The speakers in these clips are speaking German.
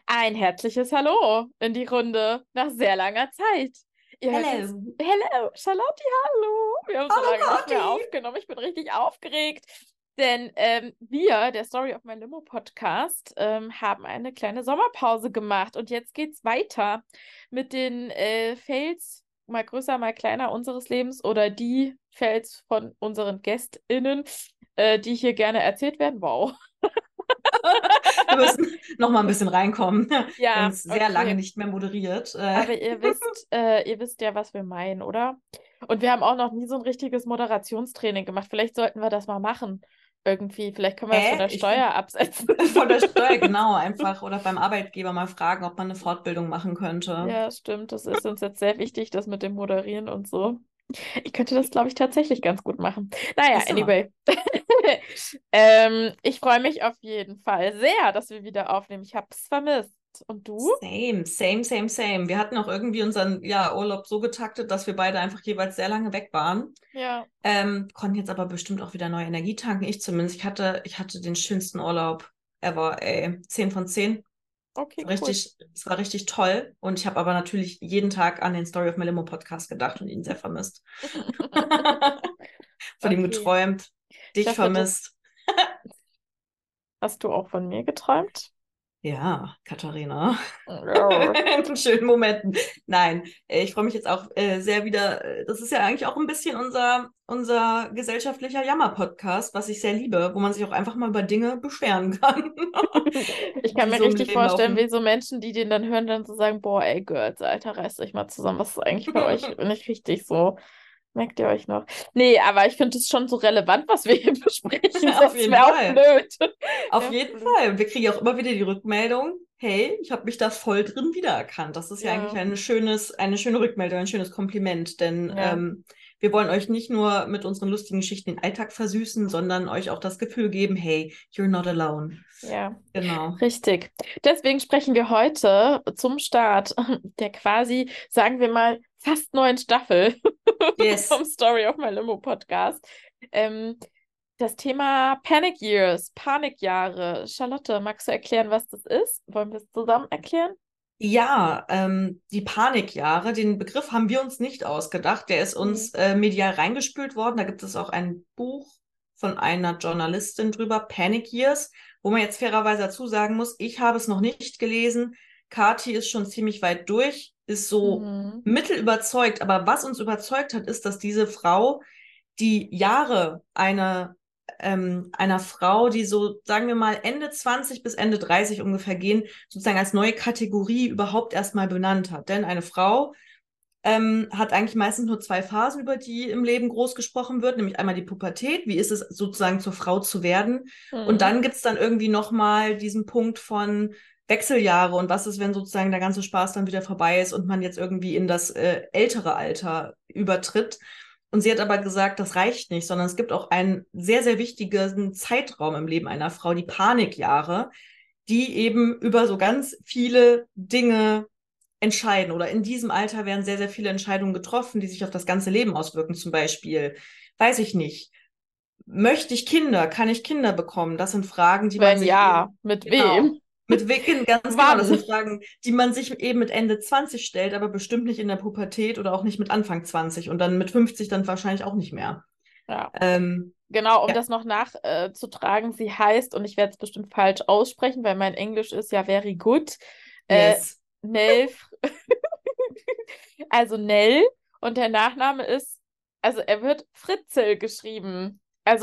Ein herzliches Hallo in die Runde nach sehr langer Zeit. Ihr hört uns. Hello. Hello, Charlotte, hallo. Wir haben so Hallo lange nicht mehr Kathi. aufgenommen. Ich bin richtig aufgeregt. Denn wir, der Story of My Limo Podcast, haben eine kleine Sommerpause gemacht. Und jetzt geht's weiter mit den Fails, mal größer, mal kleiner unseres Lebens oder die Fails von unseren GästInnen, die hier gerne erzählt werden. Wow. Wir müssen noch mal ein bisschen reinkommen. Wir haben Ja, es sehr lange okay. nicht mehr moderiert. Aber ihr wisst ja, was wir meinen, oder? Und wir haben auch noch nie so ein richtiges Moderationstraining gemacht. Vielleicht sollten wir das mal machen. Irgendwie. Vielleicht können wir das von der Ich finde Steuer absetzen. von der Steuer genau einfach oder beim Arbeitgeber mal fragen, ob man eine Fortbildung machen könnte. Ja, stimmt. Das ist uns jetzt sehr wichtig, das mit dem Moderieren und so. Ich könnte das, glaube ich, tatsächlich ganz gut machen. Naja, Siehst du mal. anyway. Ich freue mich auf jeden Fall sehr, dass wir wieder aufnehmen. Ich habe es vermisst. Und du? Same, same, same, same. Wir hatten auch irgendwie unseren Urlaub so getaktet, dass wir beide einfach jeweils sehr lange weg waren. Ja, Konnten jetzt aber bestimmt auch wieder neue Energie tanken. Ich zumindest. Ich hatte den schönsten Urlaub ever, ey. 10 von 10. okay, cool. Es war richtig toll. Und ich habe aber natürlich jeden Tag an den Story of My Limo Podcast gedacht und ihn sehr vermisst. Von ihm Okay. geträumt, Ich dich hoffe, das vermisst. hast du auch von mir geträumt. Ja, Katharina. Ja. In schönen Momenten. Nein, ich freue mich jetzt auch sehr wieder. Das ist ja eigentlich auch ein bisschen unser gesellschaftlicher Jammer-Podcast, was ich sehr liebe, wo man sich auch einfach mal über Dinge beschweren kann, Ich kann die mir so im richtig Leben vorstellen, wie laufen. so Menschen, die den dann hören, dann so sagen, boah, ey, Girls, Alter, reißt euch mal zusammen. Was ist eigentlich bei euch nicht richtig so? Merkt ihr euch noch? Nee, aber ich finde es schon so relevant, was wir hier besprechen, Auf sonst jeden wäre auch Fall. blöd. Auf Wäre jeden blöd. Fall. Und wir kriegen ja auch immer wieder die Rückmeldung, hey, ich habe mich da voll drin wiedererkannt. Das ist ja eigentlich Ja, eine schöne Rückmeldung, ein schönes Kompliment, denn ja. wir wollen euch nicht nur mit unseren lustigen Geschichten den Alltag versüßen, sondern euch auch das Gefühl geben, hey, you're not alone. Ja, Genau. richtig. Deswegen sprechen wir heute zum Start der quasi, sagen wir mal, fast neuen Staffel vom Yes. Story of My Limo Podcast. Ähm, Das Thema Panic Years, Panikjahre. Charlotte, magst du erklären, was das ist? Wollen wir es zusammen erklären? Ja, die Panikjahre, den Begriff haben wir uns nicht ausgedacht. Der ist Nee. uns medial reingespült worden. Da gibt es auch ein Buch von einer Journalistin drüber, Panic Years, wo man jetzt fairerweise dazu sagen muss, ich habe es noch nicht gelesen. Kati ist schon ziemlich weit durch, ist so Mhm. mittel überzeugt. Aber was uns überzeugt hat, ist, dass diese Frau die Jahre einer Frau, die so, sagen wir mal, Ende 20 bis Ende 30 ungefähr gehen, sozusagen als neue Kategorie überhaupt erstmal benannt hat. Denn eine Frau hat eigentlich meistens nur zwei Phasen, über die im Leben groß gesprochen wird, nämlich einmal die Pubertät, wie ist es sozusagen zur Frau zu werden, und Mhm. dann gibt es dann irgendwie nochmal diesen Punkt von Wechseljahre und was ist, wenn sozusagen der ganze Spaß dann wieder vorbei ist und man jetzt irgendwie in das ältere Alter übertritt. Und sie hat aber gesagt, das reicht nicht, sondern es gibt auch einen sehr, sehr wichtigen Zeitraum im Leben einer Frau, die Panikjahre, die eben über so ganz viele Dinge entscheiden. Oder in diesem Alter werden sehr, sehr viele Entscheidungen getroffen, die sich auf das ganze Leben auswirken. Zum Beispiel, weiß ich nicht, möchte ich Kinder? Kann ich Kinder bekommen? Das sind Fragen, die man Wenn sich ja, eben, mit genau, wem? ganz genau, das Wann? sind Fragen, die man sich eben mit Ende 20 stellt, aber bestimmt nicht in der Pubertät oder auch nicht mit Anfang 20 und dann mit 50 dann wahrscheinlich auch nicht mehr. Ja, Ähm, genau, um ja, das noch nachzutragen, sie heißt, und ich werde es bestimmt falsch aussprechen, weil mein Englisch ist ja very good, äh, yes. Nell, also Nell, und der Nachname ist, also er wird Fritzel geschrieben. Also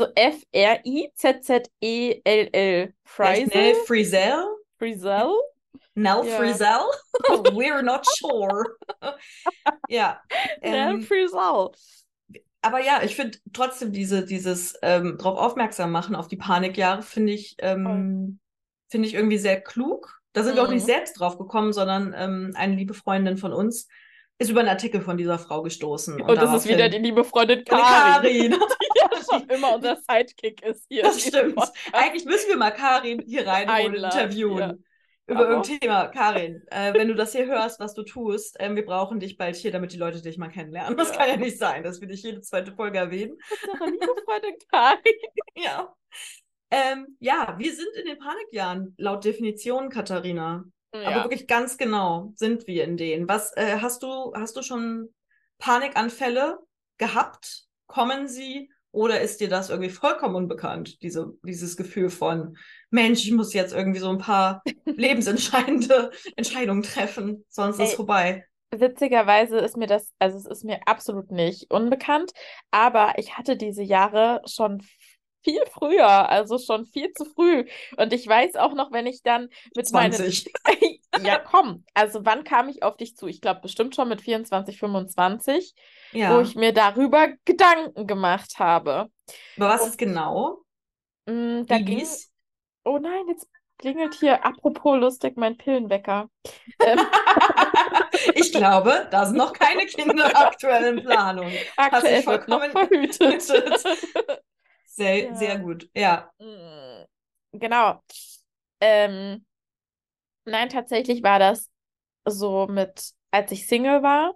Frizzell. Vielleicht Freisel? Nell Frizzell? Frizzell? Nell Ja. Frizzell? We're not sure. Ja, Nell ähm, Frizzell. aber ja, ich finde trotzdem dieses drauf aufmerksam machen auf die Panikjahre Voll. finde ich irgendwie sehr klug. Da sind wir auch nicht Mhm. selbst drauf gekommen, sondern eine liebe Freundin von uns ist über einen Artikel von dieser Frau gestoßen und Und es ist wieder die daraufhin liebe Freundin eine Karin, Karin. die ja schon Die, immer unser Sidekick ist hier in Das diesem stimmt. Podcast. Eigentlich müssen wir mal Karin hier reinholen, Einladen, ja. interviewen über Aber irgendein Thema. Karin, wenn du das hier hörst, was du tust, wir brauchen dich bald hier, damit die Leute dich mal kennenlernen. Das kann ja, ja nicht sein, dass wir dich jede zweite Folge erwähnen. unsere liebe Freundin Karin. Ja. Ja, wir sind in den Panikjahren, laut Definition, Katharina. Aber Ja. wirklich ganz genau sind wir in denen. Was hast du schon Panikanfälle gehabt? Kommen sie? Oder ist dir das irgendwie vollkommen unbekannt, dieses Gefühl von, Mensch, ich muss jetzt irgendwie so ein paar lebensentscheidende Entscheidungen treffen, sonst ist Ey, vorbei. witzigerweise ist mir das, also es ist mir absolut nicht unbekannt, aber ich hatte diese Jahre schon viel früher, also schon viel zu früh. Und ich weiß auch noch, wenn ich dann mit meinen, 20. ja komm, also wann kam ich auf dich zu? Ich glaube bestimmt schon mit 24, 25, wo ich Ja. mir darüber Gedanken gemacht habe. Aber was ist Und genau? da ging, Bibis? oh nein, jetzt klingelt hier apropos lustig mein Pillenwecker. Ähm, Ich glaube, da sind noch keine Kinder aktuell in Planung. Hast dich Aktuell wird noch vollkommen verhütet. getötet. Sehr, sehr Ja, gut. Ja. mm, genau. Ähm, nein, tatsächlich war das so mit, als ich Single war,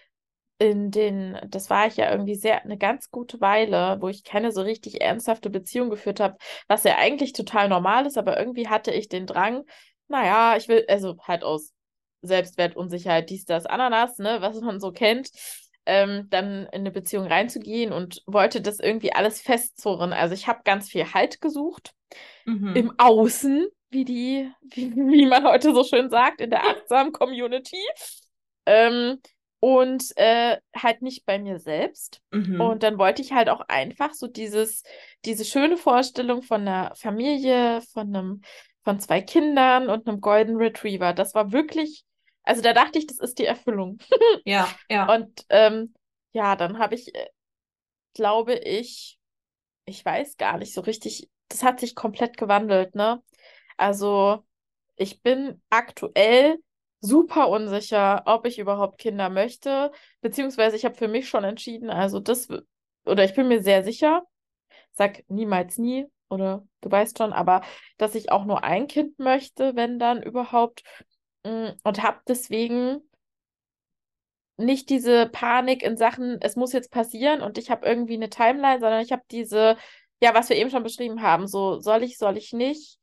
das war ich ja irgendwie sehr, eine ganz gute Weile, wo ich keine so richtig ernsthafte Beziehung geführt habe, was ja eigentlich total normal ist, aber irgendwie hatte ich den Drang, naja, ich will, also halt aus Selbstwert, Unsicherheit, dies, das, Ananas, ne, was man so kennt, dann in eine Beziehung reinzugehen und wollte das irgendwie alles festzurren. Also ich habe ganz viel Halt gesucht im Mhm. Außen, wie man heute so schön sagt, in der achtsamen Community. Ähm, und halt nicht bei mir selbst. Mhm. Und dann wollte ich halt auch einfach so diese schöne Vorstellung von einer Familie, von zwei Kindern und einem Golden Retriever. Das war wirklich, also da dachte ich, das ist die Erfüllung. Ja, ja. Und ja, dann habe ich, glaube ich weiß gar nicht so richtig, das hat sich komplett gewandelt, ne? Also, ich bin aktuell super unsicher, ob ich überhaupt Kinder möchte, beziehungsweise ich habe für mich schon entschieden, oder ich bin mir sehr sicher, sag niemals nie, oder du weißt schon, aber dass ich auch nur ein Kind möchte, wenn dann überhaupt, und habe deswegen nicht diese Panik in Sachen, es muss jetzt passieren und ich habe irgendwie eine Timeline, sondern ich habe ja, was wir eben schon beschrieben haben, so soll ich nicht,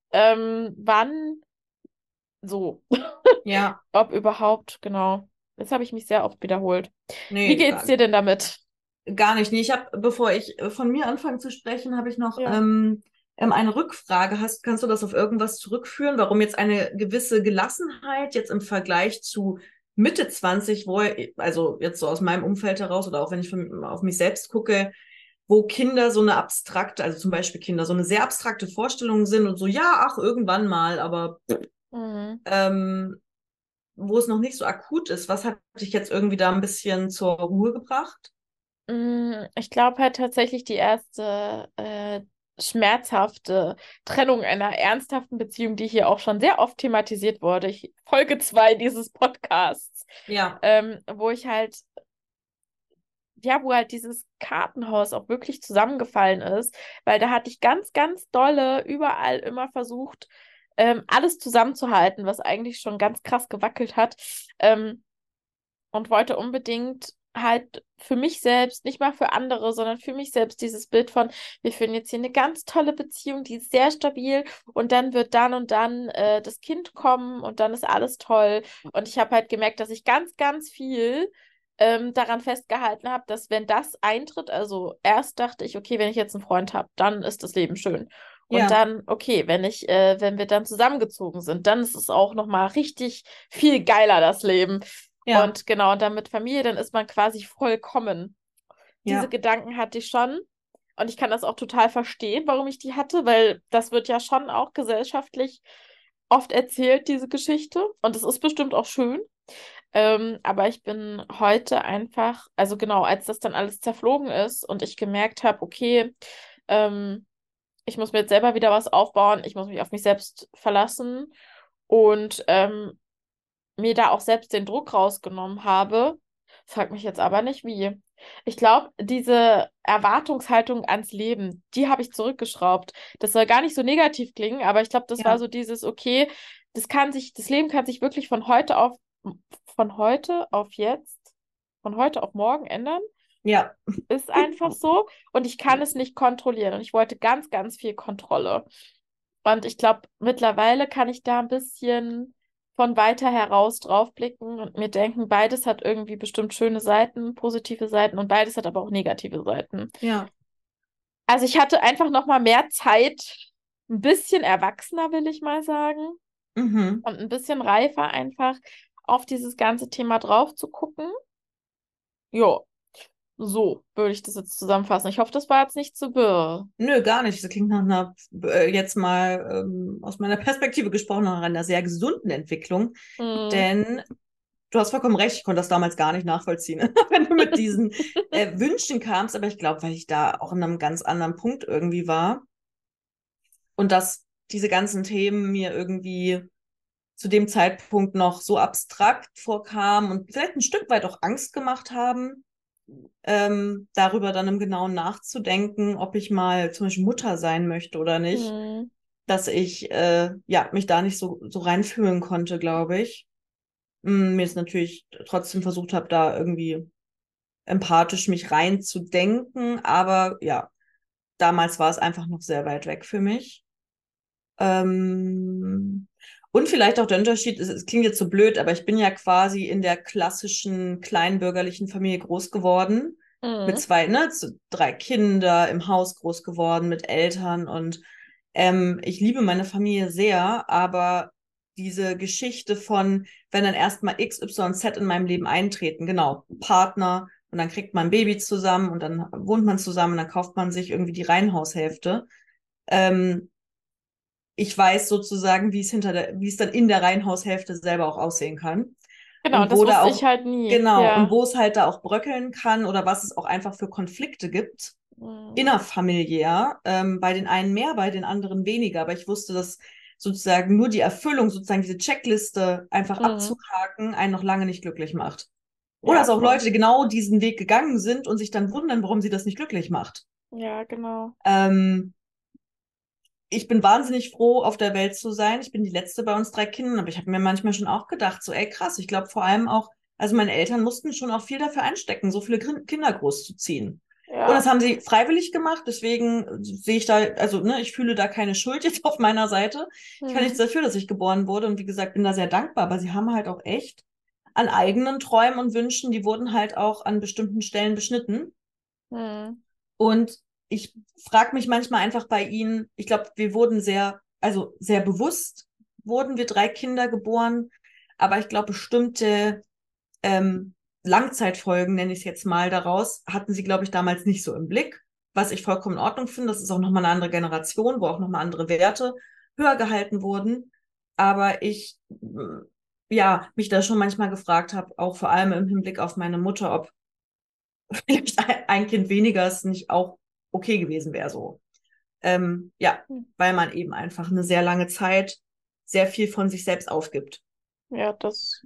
wann, so, Ja. ob überhaupt, genau. Jetzt habe ich mich sehr oft wiederholt. Wie Nee, geht's dir denn damit? gar nicht. Nee, ich habe, bevor ich von mir anfange zu sprechen, habe ich noch Ja. eine Rückfrage. Kannst du das auf irgendwas zurückführen? Warum jetzt eine gewisse Gelassenheit jetzt im Vergleich zu Mitte 20, also jetzt so aus meinem Umfeld heraus oder auch wenn ich auf mich selbst gucke, wo Kinder so eine abstrakte, also zum Beispiel Kinder, so eine sehr abstrakte Vorstellung sind und so, ja, ach, irgendwann mal, aber Mhm. ähm, wo es noch nicht so akut ist. Was hat dich jetzt irgendwie da ein bisschen zur Ruhe gebracht? Ich glaube halt tatsächlich die erste schmerzhafte Trennung einer ernsthaften Beziehung, die hier auch schon sehr oft thematisiert wurde. Folge 2 dieses Podcasts, Ja, wo ich halt, ja, wo halt dieses Kartenhaus auch wirklich zusammengefallen ist, weil da hatte ich ganz, ganz dolle überall immer versucht, alles zusammenzuhalten, was eigentlich schon ganz krass gewackelt hat. Ähm, und wollte unbedingt halt für mich selbst, nicht mal für andere, sondern für mich selbst dieses Bild von, wir führen jetzt hier eine ganz tolle Beziehung, die ist sehr stabil und dann wird dann und dann das Kind kommen und dann ist alles toll. Und ich habe halt gemerkt, dass ich ganz, ganz viel daran festgehalten habe, dass wenn das eintritt, also erst dachte ich, okay, wenn ich jetzt einen Freund habe, dann ist das Leben schön. Und ja, dann, okay, wenn wir dann zusammengezogen sind, dann ist es auch nochmal richtig viel geiler, das Leben. ja, Und genau, und dann mit Familie, dann ist man quasi vollkommen. Diese ja, Gedanken hatte ich schon. Und ich kann das auch total verstehen, warum ich die hatte, weil das wird ja schon auch gesellschaftlich oft erzählt, diese Geschichte. Und es ist bestimmt auch schön. Aber ich bin heute einfach, also genau, als das dann alles zerflogen ist und ich gemerkt habe, okay, ähm, ich muss mir jetzt selber wieder was aufbauen, ich muss mich auf mich selbst verlassen und mir da auch selbst den Druck rausgenommen habe. Frag mich jetzt aber nicht wie. Ich glaube, diese Erwartungshaltung ans Leben, die habe ich zurückgeschraubt. Das soll gar nicht so negativ klingen, aber ich glaube, das war ja, so dieses, okay, das Leben kann sich wirklich von heute auf jetzt, von heute auf morgen ändern. ja, Ist einfach so. Und ich kann es nicht kontrollieren. Und ich wollte ganz, ganz viel Kontrolle. Und ich glaube, mittlerweile kann ich da ein bisschen von weiter heraus draufblicken und mir denken, beides hat irgendwie bestimmt schöne Seiten, positive Seiten und beides hat aber auch negative Seiten. Ja. Also ich hatte einfach noch mal mehr Zeit, ein bisschen erwachsener, will ich mal sagen, Mhm. und ein bisschen reifer einfach auf dieses ganze Thema drauf zu gucken. Ja, so würde ich das jetzt zusammenfassen. Ich hoffe, das war jetzt nicht zu wirr. Nö, gar nicht. Das klingt nach einer, jetzt mal aus meiner Perspektive gesprochen, nach einer sehr gesunden Entwicklung. Hm. Denn du hast vollkommen recht, ich konnte das damals gar nicht nachvollziehen, wenn du mit diesen Wünschen kamst. Aber ich glaube, weil ich da auch in einem ganz anderen Punkt irgendwie war und dass diese ganzen Themen mir irgendwie zu dem Zeitpunkt noch so abstrakt vorkamen und vielleicht ein Stück weit auch Angst gemacht haben, darüber dann im Genauen nachzudenken, ob ich mal zum Beispiel Mutter sein möchte oder nicht, Hm. dass ich ja mich da nicht so reinfühlen konnte, glaube ich. Mir jetzt natürlich trotzdem versucht habe, da irgendwie empathisch mich reinzudenken, aber ja, damals war es einfach noch sehr weit weg für mich. Ähm, und vielleicht auch der Unterschied, es klingt jetzt so blöd, aber ich bin ja quasi in der klassischen kleinbürgerlichen Familie groß geworden. Mit Hm. zwei, ne, drei Kinder im Haus groß geworden, mit Eltern und ich liebe meine Familie sehr, aber diese Geschichte von, wenn dann erstmal X, Y, Z in meinem Leben eintreten, genau, Partner und dann kriegt man ein Baby zusammen und dann wohnt man zusammen und dann kauft man sich irgendwie die Reihenhaushälfte. Ähm, Ich weiß sozusagen, wie es dann in der Reihenhaushälfte selber auch aussehen kann. Genau, Und das wo da wusste ich auch, halt nie. genau, und Ja. wo es halt da auch bröckeln kann oder was es auch einfach für Konflikte gibt, Hm. innerfamiliär, bei den einen mehr, bei den anderen weniger. Aber ich wusste, dass sozusagen nur die Erfüllung, sozusagen diese Checkliste einfach Hm. abzuhaken, einen noch lange nicht glücklich macht. Oder Ja, dass auch voll. Leute die genau diesen Weg gegangen sind und sich dann wundern, warum sie das nicht glücklich macht. Ja, genau. Ähm, Ich bin wahnsinnig froh, auf der Welt zu sein. Ich bin die letzte bei uns drei Kindern, aber ich habe mir manchmal schon auch gedacht, so, ey, krass, ich glaube vor allem auch, also meine Eltern mussten schon auch viel dafür einstecken, so viele Kinder großzuziehen. Und das Ja. haben sie freiwillig gemacht, deswegen sehe ich da, also ne, ich fühle da keine Schuld jetzt auf meiner Seite. Ich kann nichts Hm. dafür, dass ich geboren wurde und wie gesagt, bin da sehr dankbar, aber sie haben halt auch echt an eigenen Träumen und Wünschen, die wurden halt auch an bestimmten Stellen beschnitten. Hm. Und ich frage mich manchmal einfach bei ihnen, ich glaube, wir wurden sehr, also sehr bewusst wurden wir drei Kinder geboren, aber ich glaube, bestimmte ähm, Langzeitfolgen, nenne ich es jetzt mal, daraus hatten sie, glaube ich, damals nicht so im Blick, was ich vollkommen in Ordnung finde. Das ist auch nochmal eine andere Generation, wo auch nochmal andere Werte höher gehalten wurden. Aber ich, ja, mich da schon manchmal gefragt habe, auch vor allem im Hinblick auf meine Mutter, ob vielleicht ein Kind weniger es nicht auch okay gewesen wäre so. Ja, weil man eben einfach eine sehr lange Zeit sehr viel von sich selbst aufgibt. Ja, das.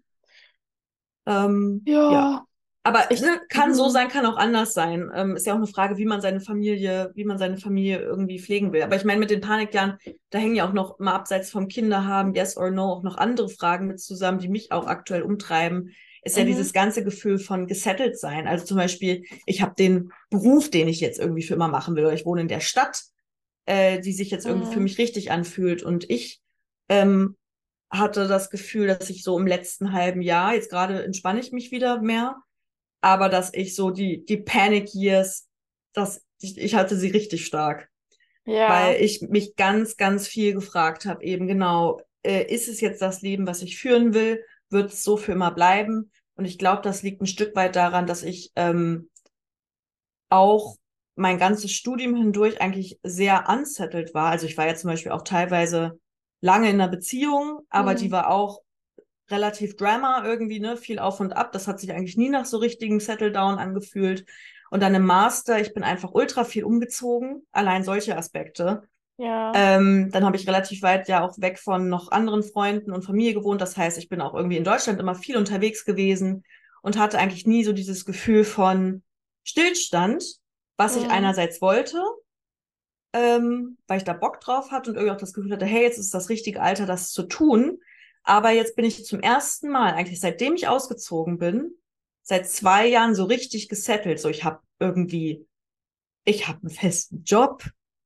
Ja. Ja, Aber ich. ne, kann so Hm. sein, kann auch anders sein. Ist ja auch eine Frage, wie man seine Familie irgendwie pflegen will. Aber ich meine, mit den Panikjahren, da hängen ja auch noch mal abseits vom Kinderhaben, yes or no, auch noch andere Fragen mit zusammen, die mich auch aktuell umtreiben. Ist ja Mhm. dieses ganze Gefühl von gesettelt sein. Also zum Beispiel, ich habe den Beruf, den ich jetzt irgendwie für immer machen will, oder ich wohne in der Stadt, die sich jetzt irgendwie für Mhm. mich richtig anfühlt. Und ich ähm, hatte das Gefühl, dass ich so im letzten halben Jahr, jetzt gerade entspanne ich mich wieder mehr, aber dass ich so die Panic Years, ich hatte sie richtig stark, Ja. weil ich mich ganz, ganz viel gefragt habe, eben genau, ist es jetzt das Leben, was ich führen will? Wird es so für immer bleiben? Und ich glaube, das liegt ein Stück weit daran, dass ich auch mein ganzes Studium hindurch eigentlich sehr unsettled war. Also ich war ja zum Beispiel auch teilweise lange in einer Beziehung, aber die Mhm. war auch relativ Drama irgendwie, ne, viel auf und ab. Das hat sich eigentlich nie nach so richtigem Settle-Down angefühlt. Und dann im Master, ich bin einfach ultra viel umgezogen, allein solche Aspekte. Ja. Dann habe ich relativ weit ja auch weg von noch anderen Freunden und Familie gewohnt. Das heißt, ich bin auch irgendwie in Deutschland immer viel unterwegs gewesen und hatte eigentlich nie so dieses Gefühl von Stillstand, was ich Mhm. einerseits wollte, weil ich da Bock drauf hatte und irgendwie auch das Gefühl hatte, hey, jetzt ist das richtige Alter, das zu tun. Aber jetzt bin ich zum ersten Mal, eigentlich seitdem ich ausgezogen bin, seit 2 Jahren so richtig gesettelt. So, ich habe einen festen Job,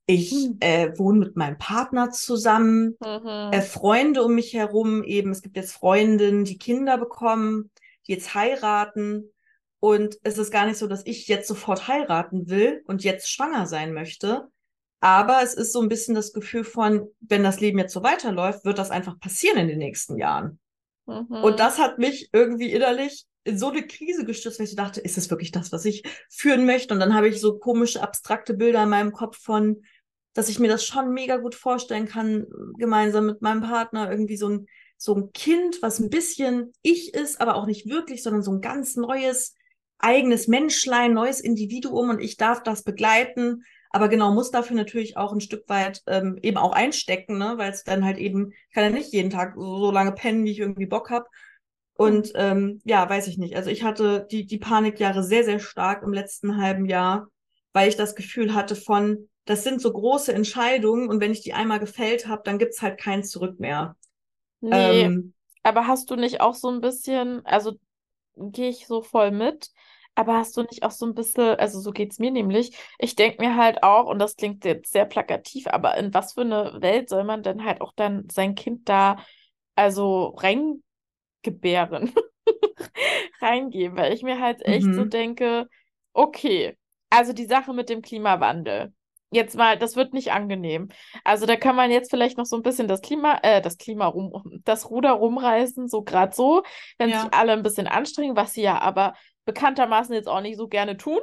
Ich wohne mit meinem Partner zusammen, Mhm. Freunde um mich herum eben. Es gibt jetzt Freundinnen, die Kinder bekommen, die jetzt heiraten. Und es ist gar nicht so, dass ich jetzt sofort heiraten will und jetzt schwanger sein möchte. Aber es ist so ein bisschen das Gefühl von, wenn das Leben jetzt so weiterläuft, wird das einfach passieren in den nächsten Jahren. Und Mhm. das hat mich irgendwie innerlich in so eine Krise gestürzt, weil ich dachte, ist das wirklich das, was ich führen möchte? Und dann habe ich so komische, abstrakte Bilder in meinem Kopf von, dass ich mir das schon mega gut vorstellen kann, gemeinsam mit meinem Partner irgendwie so ein Kind, was ein bisschen ich ist, aber auch nicht wirklich, sondern so ein ganz neues, eigenes Menschlein, neues Individuum und ich darf das begleiten. Aber genau, muss dafür natürlich auch ein Stück weit eben auch einstecken, ne? Weil es dann halt eben, ich kann ja nicht jeden Tag so lange pennen, wie ich irgendwie Bock habe. Und ja, weiß ich nicht. Also ich hatte die Panikjahre sehr, sehr stark im letzten halben Jahr, weil ich das Gefühl hatte von, das sind so große Entscheidungen und wenn ich die einmal gefällt habe, dann gibt's halt kein Zurück mehr. Nee, Ähm, aber hast du nicht auch so ein bisschen, also gehe ich so voll mit, aber hast du nicht auch so ein bisschen, also so geht's mir nämlich, ich denke mir halt auch, und das klingt jetzt sehr plakativ, aber in was für eine Welt soll man denn halt auch dann sein Kind da also reingebären, reingeben, weil ich mir halt echt so mhm, denke, okay, also die Sache mit dem Klimawandel. Jetzt mal, das wird nicht angenehm. Also da kann man jetzt vielleicht noch so ein bisschen das Klima das Ruder rumreißen, so gerade so, wenn sich ja, alle ein bisschen anstrengen, was sie ja aber bekanntermaßen jetzt auch nicht so gerne tun.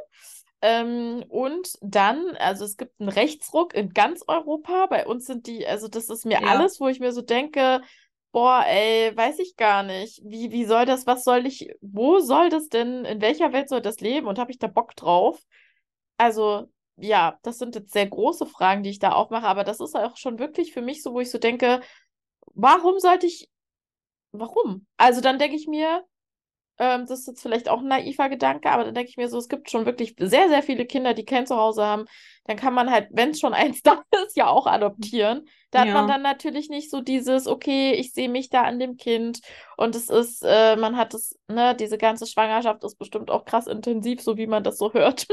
Und dann, also es gibt einen Rechtsruck in ganz Europa. Bei uns sind die, also das ist mir ja, alles, wo ich mir so denke, boah, ey, weiß ich gar nicht. Wie soll das, was soll ich, wo soll das denn, in welcher Welt soll das leben und habe ich da Bock drauf? Also, ja, das sind jetzt sehr große Fragen, die ich da aufmache, aber das ist auch schon wirklich für mich so, wo ich so denke, warum sollte ich, warum? Also dann denke ich mir, das ist jetzt vielleicht auch ein naiver Gedanke, aber dann denke ich mir so, es gibt schon wirklich sehr, sehr viele Kinder, die kein Zuhause haben. Dann kann man halt, wenn es schon eins da ist, ja auch adoptieren. Da hat man ja, dann natürlich nicht so dieses, okay, ich sehe mich da an dem Kind und es ist, man hat es, ne, diese ganze Schwangerschaft ist bestimmt auch krass intensiv, so wie man das so hört.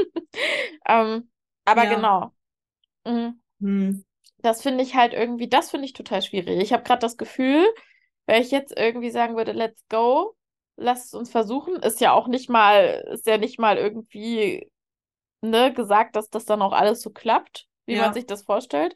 Ähm, aber ja, genau. Mhm. hm, Das finde ich halt irgendwie, das finde ich total schwierig. Ich habe gerade das Gefühl, wenn ich jetzt irgendwie sagen würde, let's go, lass es uns versuchen, ist ja nicht mal irgendwie, ne, gesagt, dass das dann auch alles so klappt, wie man ja. sich das vorstellt.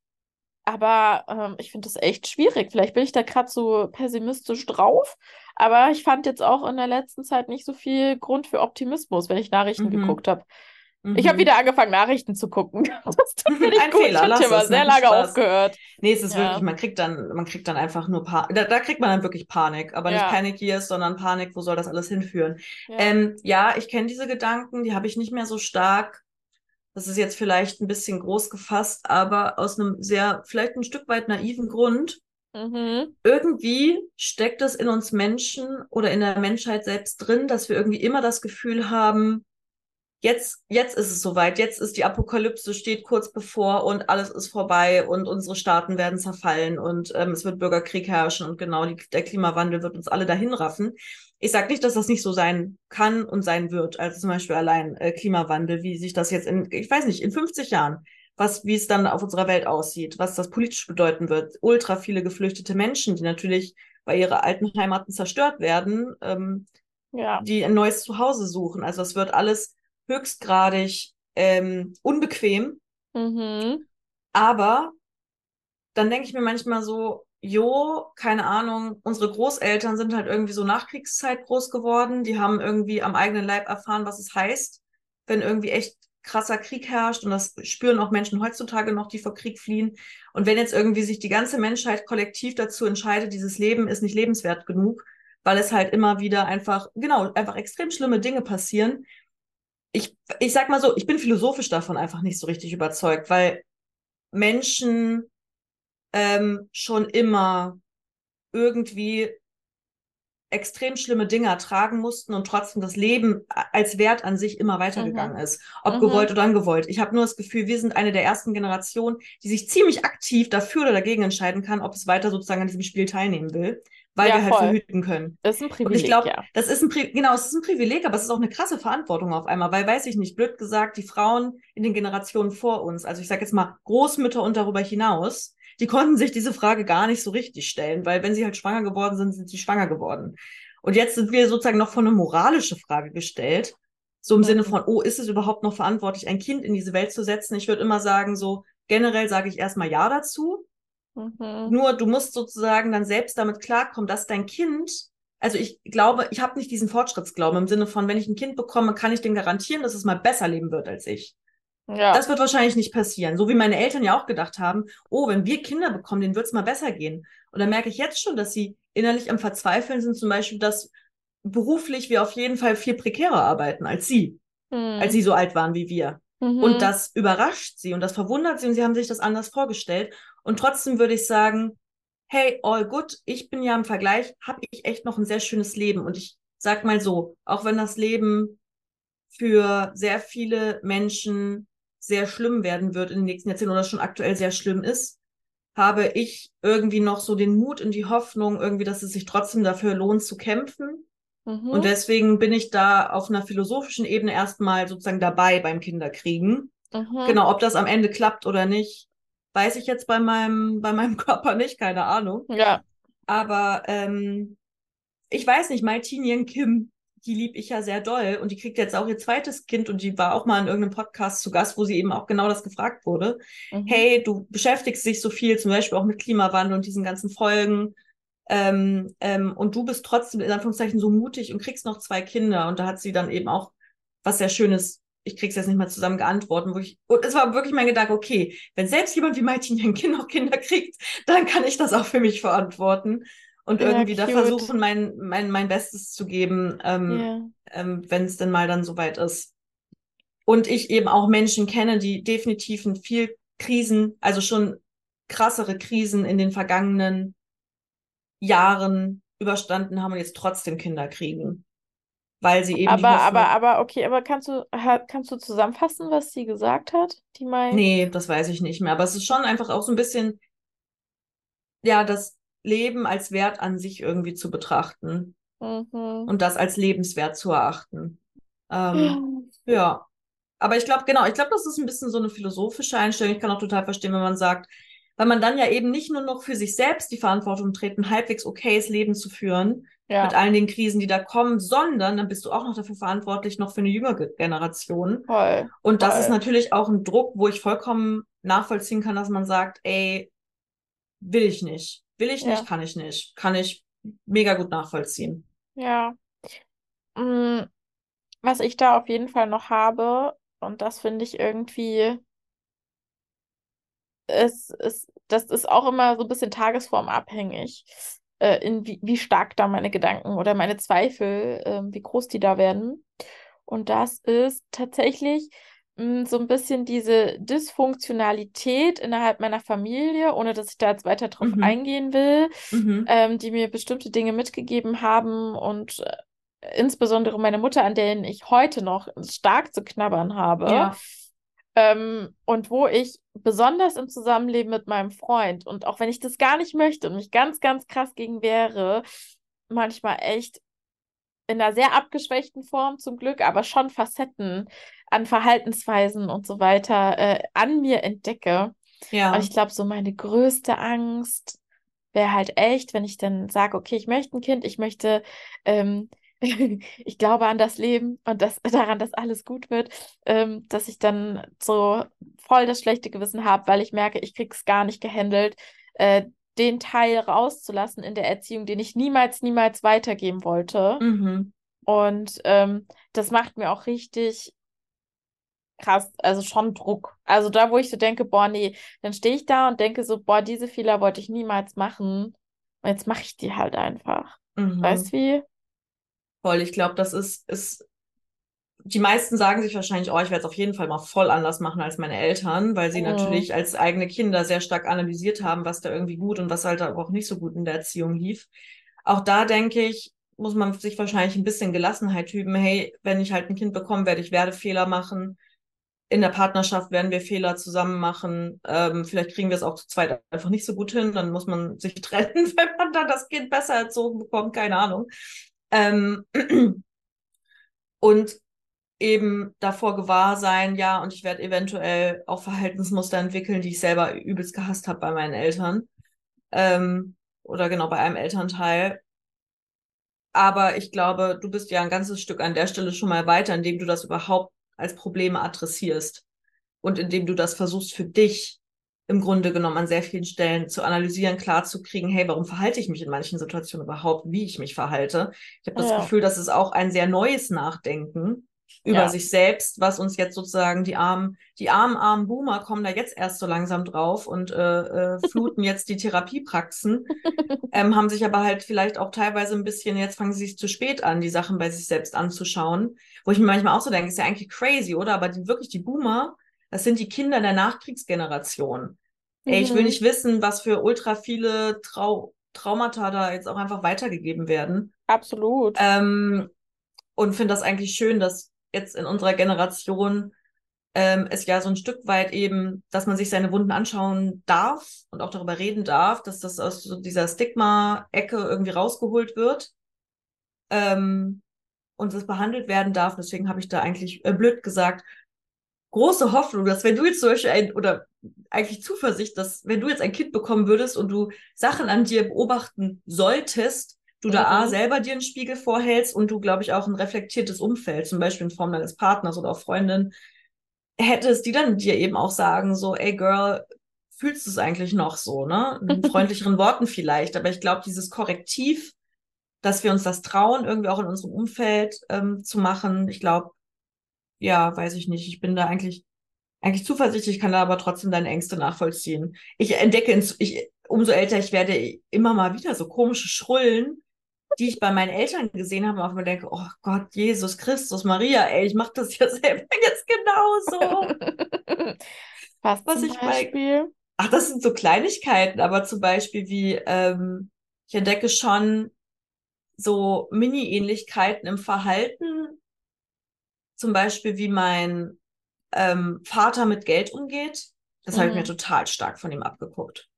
Aber ich finde das echt schwierig. Vielleicht bin ich da gerade so pessimistisch drauf, aber ich fand jetzt auch in der letzten Zeit nicht so viel Grund für Optimismus, wenn ich Nachrichten Mhm, geguckt habe. Ich habe mhm. wieder angefangen, Nachrichten zu gucken. Das tut mir nicht Ein gut. Ich Fehler, hatte lass mal es, sehr nein, lange Spaß. aufgehört. Nee, es ist wirklich, Ja, man kriegt dann einfach nur da kriegt man dann wirklich Panik, aber nicht ja, Panic Years, sondern Panik, wo soll das alles hinführen? ja. Ja, ich kenne diese Gedanken, die habe ich nicht mehr so stark. Das ist jetzt vielleicht ein bisschen groß gefasst, aber aus einem sehr, vielleicht ein Stück weit naiven Grund. Mhm. Irgendwie steckt es in uns Menschen oder in der Menschheit selbst drin, dass wir irgendwie immer das Gefühl haben, jetzt ist es soweit, jetzt ist die Apokalypse, steht kurz bevor und alles ist vorbei und unsere Staaten werden zerfallen und es wird Bürgerkrieg herrschen und genau der Klimawandel wird uns alle dahin raffen. Ich sage nicht, dass das nicht so sein kann und sein wird. Also zum Beispiel allein Klimawandel, wie sich das jetzt ich weiß nicht, in 50 Jahren, wie es dann auf unserer Welt aussieht, was das politisch bedeuten wird. Ultra viele geflüchtete Menschen, die natürlich, weil ihre alten Heimaten zerstört werden, Ja. die ein neues Zuhause suchen. Also es wird alles höchstgradig unbequem, Mhm. aber dann denke ich mir manchmal so, jo, keine Ahnung, unsere Großeltern sind halt irgendwie so Nachkriegszeit groß geworden, die haben irgendwie am eigenen Leib erfahren, was es heißt, wenn irgendwie echt krasser Krieg herrscht und das spüren auch Menschen heutzutage noch, die vor Krieg fliehen. Und wenn jetzt irgendwie sich die ganze Menschheit kollektiv dazu entscheidet, dieses Leben ist nicht lebenswert genug, weil es halt immer wieder einfach, genau, einfach extrem schlimme Dinge passieren, ich sag mal so, ich bin philosophisch davon einfach nicht so richtig überzeugt, weil Menschen schon immer irgendwie extrem schlimme Dinge ertragen mussten und trotzdem das Leben als Wert an sich immer weitergegangen Mhm. ist, ob gewollt Mhm. oder ungewollt. Ich habe nur das Gefühl, wir sind eine der ersten Generationen, die sich ziemlich aktiv dafür oder dagegen entscheiden kann, ob es weiter sozusagen an diesem Spiel teilnehmen will, weil Ja, wir halt voll. verhüten können. Ist ein Und ich Privileg, glaube, ja. das ist genau, es ist ein Privileg, aber es ist auch eine krasse Verantwortung auf einmal, weil, weiß ich nicht, blöd gesagt, die Frauen in den Generationen vor uns, also ich sage jetzt mal Großmütter und darüber hinaus, die konnten sich diese Frage gar nicht so richtig stellen, weil wenn sie halt schwanger geworden sind, sind sie schwanger geworden. Und jetzt sind wir sozusagen noch vor eine moralische Frage gestellt, so im Sinne Mhm. von, oh, ist es überhaupt noch verantwortlich, ein Kind in diese Welt zu setzen? Ich würde immer sagen, so generell sage ich erstmal ja dazu. Mhm. Nur du musst sozusagen dann selbst damit klarkommen, dass dein Kind, also ich glaube, ich habe nicht diesen Fortschrittsglauben im Sinne von, wenn ich ein Kind bekomme, kann ich dem garantieren, dass es mal besser leben wird als ich. Ja. Das wird wahrscheinlich nicht passieren. So wie meine Eltern ja auch gedacht haben, oh, wenn wir Kinder bekommen, denen wird es mal besser gehen. Und da merke ich jetzt schon, dass sie innerlich am Verzweifeln sind, zum Beispiel, dass beruflich wir auf jeden Fall viel prekärer arbeiten als Mhm. sie so alt waren wie wir. Und Mhm. das überrascht sie und das verwundert sie und sie haben sich das anders vorgestellt. Und trotzdem würde ich sagen, hey, all good, ich bin ja im Vergleich, habe ich echt noch ein sehr schönes Leben. Und ich sag mal so, auch wenn das Leben für sehr viele Menschen sehr schlimm werden wird in den nächsten Jahrzehnten oder schon aktuell sehr schlimm ist, habe ich irgendwie noch so den Mut und die Hoffnung irgendwie, dass es sich trotzdem dafür lohnt zu kämpfen. Und Mhm. deswegen bin ich da auf einer philosophischen Ebene erstmal sozusagen dabei beim Kinderkriegen. Mhm. Genau, ob das am Ende klappt oder nicht, weiß ich jetzt bei meinem Körper nicht, keine Ahnung. Ja. Aber ich weiß nicht, Mai Tin Kim, die lieb ich ja sehr doll und die kriegt jetzt auch ihr zweites Kind und die war auch mal in irgendeinem Podcast zu Gast, wo sie eben auch genau das gefragt wurde. Mhm. Hey, du beschäftigst dich so viel, zum Beispiel auch mit Klimawandel und diesen ganzen Folgen. Und du bist trotzdem in Anführungszeichen so mutig und kriegst noch zwei Kinder. Und da hat sie dann eben auch was sehr Schönes, ich krieg's jetzt nicht mal zusammen geantwortet, und es war wirklich mein Gedanke, okay, wenn selbst jemand wie Martin Henkin noch Kinder kriegt, dann kann ich das auch für mich verantworten und Ja, irgendwie da cute. versuchen, mein Bestes zu geben, Ja. wenn es denn mal dann soweit ist. Und ich eben auch Menschen kenne, die definitiv in viel Krisen, also schon krassere Krisen in den vergangenen Jahren überstanden haben und jetzt trotzdem Kinder kriegen, weil sie eben die Hoffnung, Okay, aber kannst du zusammenfassen, was sie gesagt hat, die Mai? nee, das weiß ich nicht mehr, aber es ist schon einfach auch so ein bisschen, ja, das Leben als Wert an sich irgendwie zu betrachten Mhm. und das als lebenswert zu erachten. Ja. Ja, aber ich glaube, genau, ich glaube, das ist ein bisschen so eine philosophische Einstellung. Ich kann auch total verstehen, wenn man sagt, weil man dann ja eben nicht nur noch für sich selbst die Verantwortung trägt, ein halbwegs okayes Leben zu führen, mit Ja, allen den Krisen, die da kommen, sondern dann bist du auch noch dafür verantwortlich, noch für eine jüngere Generation. voll, Und das ist voll. natürlich auch ein Druck, wo ich vollkommen nachvollziehen kann, dass man sagt, ey, will ich nicht. Will ich nicht, Ja, kann ich nicht. Kann ich mega gut nachvollziehen. ja. Mm, was ich da auf jeden Fall noch habe, und das finde ich irgendwie, das ist auch immer so ein bisschen tagesformabhängig, wie stark da meine Gedanken oder meine Zweifel, wie groß die da werden. Und das ist tatsächlich so ein bisschen diese Dysfunktionalität innerhalb meiner Familie, ohne dass ich da jetzt weiter drauf Mhm, eingehen will, mhm, die mir bestimmte Dinge mitgegeben haben und insbesondere meine Mutter, an denen ich heute noch stark zu knabbern habe. ja, Und wo ich besonders im Zusammenleben mit meinem Freund und auch wenn ich das gar nicht möchte und mich ganz, ganz krass gegen wehre, manchmal echt in einer sehr abgeschwächten Form zum Glück, aber schon Facetten an Verhaltensweisen und so weiter an mir entdecke. Und ja, ich glaube, so meine größte Angst wäre halt echt, wenn ich dann sage, okay, ich möchte ein Kind, ich möchte, ähm, ich glaube an das Leben und daran, dass alles gut wird, dass ich dann so voll das schlechte Gewissen habe, weil ich merke, ich krieg's gar nicht gehandelt, äh, den Teil rauszulassen in der Erziehung, den ich niemals, niemals weitergeben wollte. mhm, Und das macht mir auch richtig krass, also schon Druck. Also da, wo ich so denke, boah, nee, dann stehe ich da und denke so, boah, diese Fehler wollte ich niemals machen. Und jetzt mache ich die halt einfach. Weißt mhm. wie? Voll. Ich glaube, die meisten sagen sich wahrscheinlich, oh, ich werde es auf jeden Fall mal voll anders machen als meine Eltern, weil sie Mhm. natürlich als eigene Kinder sehr stark analysiert haben, was da irgendwie gut und was halt aber auch nicht so gut in der Erziehung lief. Auch da denke ich, muss man sich wahrscheinlich ein bisschen Gelassenheit üben. Hey, wenn ich halt ein Kind bekomme, werde ich Werdefehler machen. in der Partnerschaft werden wir Fehler zusammen machen. Vielleicht kriegen wir es auch zu zweit einfach nicht so gut hin. Dann muss man sich trennen, wenn man dann das Kind besser erzogen bekommt. Keine Ahnung. Ähm, und eben davor gewahr sein, ja, und ich werde eventuell auch Verhaltensmuster entwickeln, die ich selber übelst gehasst habe bei meinen Eltern. Oder genau bei einem Elternteil. Aber ich glaube, du bist ja ein ganzes Stück an der Stelle schon mal weiter, indem du das überhaupt als Probleme adressierst und indem du das versuchst für dich im Grunde genommen an sehr vielen Stellen zu analysieren, klar zu kriegen, hey, warum verhalte ich mich in manchen Situationen überhaupt, wie ich mich verhalte. Ich habe das Ja, Gefühl, das ist auch ein sehr neues Nachdenken über ja. sich selbst, was uns jetzt sozusagen armen Boomer kommen da jetzt erst so langsam drauf und fluten jetzt die Therapiepraxen, haben sich aber halt vielleicht auch teilweise ein bisschen, jetzt fangen sie sich zu spät an, die Sachen bei sich selbst anzuschauen, wo ich mir manchmal auch so denke, ist ja eigentlich crazy, oder? Aber wirklich die Boomer, das sind die Kinder der Nachkriegsgeneration. Ey, ich will Mhm. nicht wissen, was für ultra viele Traumata da jetzt auch einfach weitergegeben werden. Absolut. Ähm, und finde das eigentlich schön, dass jetzt in unserer Generation es ja so ein Stück weit eben, dass man sich seine Wunden anschauen darf und auch darüber reden darf, dass das aus so dieser Stigma-Ecke irgendwie rausgeholt wird ähm, und das behandelt werden darf. Deswegen habe ich da eigentlich blöd gesagt große Hoffnung, dass wenn du jetzt zum Beispiel oder eigentlich Zuversicht, dass wenn du jetzt ein Kind bekommen würdest und du Sachen an dir beobachten solltest, du da A, Mhm. selber dir einen Spiegel vorhältst und du, glaube ich, auch ein reflektiertes Umfeld, zum Beispiel in Form deines Partners oder auch Freundin, hättest, die dann dir eben auch sagen, so, ey Girl, fühlst du es eigentlich noch so, ne? In freundlicheren Worten vielleicht, aber ich glaube, dieses Korrektiv, dass wir uns das trauen, irgendwie auch in unserem Umfeld zu machen, ich glaube, ja, weiß ich nicht, ich bin da eigentlich zuversichtlich, kann da aber trotzdem deine Ängste nachvollziehen. Ich entdecke, umso älter ich werde, immer mal wieder so komische Schrullen, die ich bei meinen Eltern gesehen habe, und auf mir denke, oh Gott, Jesus Christus, Maria, ey, ich mache das ja selber jetzt genauso. Was Was zum ich bei, Beispiel? ach, das sind so Kleinigkeiten, aber zum Beispiel ich entdecke schon so Mini-Ähnlichkeiten im Verhalten, zum Beispiel wie mein Vater mit Geld umgeht. Das habe ich mir Mhm. total stark von ihm abgeguckt.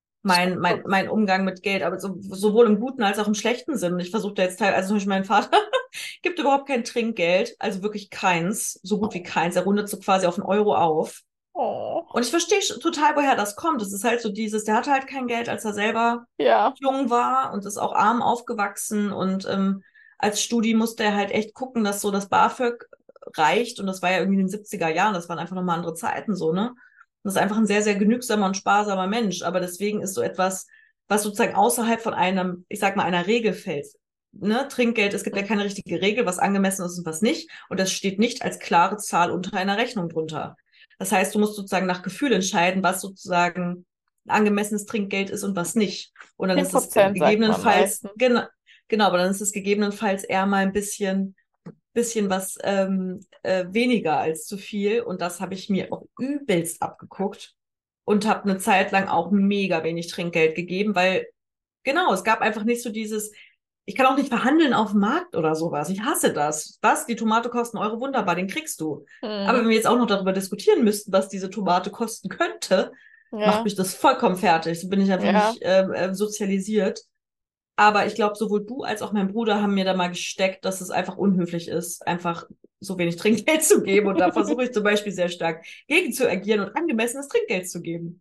Mein Umgang mit Geld, aber sowohl im guten als auch im schlechten Sinn. Ich versuche da jetzt teilweise, also zum Beispiel mein Vater gibt überhaupt kein Trinkgeld, also wirklich keins, so gut wie keins. Er rundet so quasi auf 1 Euro auf. Oh, Und ich verstehe total, woher das kommt. Es ist halt so der hatte halt kein Geld, als er selber ja. jung war und ist auch arm aufgewachsen. Und als Studi musste er halt echt gucken, dass so das BAföG reicht. Und das war ja irgendwie in den 70er Jahren, das waren einfach nochmal andere Zeiten so, ne? Und das ist einfach ein sehr, sehr genügsamer und sparsamer Mensch. Aber deswegen ist so etwas, was sozusagen außerhalb von ich sag mal, einer Regel fällt. Ne? Trinkgeld, es gibt ja keine richtige Regel, was angemessen ist und was nicht. Und das steht nicht als klare Zahl unter einer Rechnung drunter. Das heißt, du musst sozusagen nach Gefühl entscheiden, was sozusagen ein angemessenes Trinkgeld ist und was nicht. Und dann ist es 10% sagt man meistens. genau, aber dann ist es gegebenenfalls eher mal ein bisschen was weniger als zu viel. Und das habe ich mir auch übelst abgeguckt und habe eine Zeit lang auch mega wenig Trinkgeld gegeben, weil genau, es gab einfach nicht so ich kann auch nicht verhandeln auf dem Markt oder sowas. Ich hasse das. Was? Die Tomate kostet 1 Euro, wunderbar, den kriegst du. Aber wenn Mhm. wir jetzt auch noch darüber diskutieren müssten, was diese Tomate kosten könnte, macht Ja, mich das vollkommen fertig. So bin ich einfach ja. nicht sozialisiert. Aber ich glaube, sowohl du als auch mein Bruder haben mir da mal gesteckt, dass es einfach unhöflich ist, einfach so wenig Trinkgeld zu geben. Und da versuche ich zum Beispiel sehr stark gegen zu agieren und angemessenes Trinkgeld zu geben.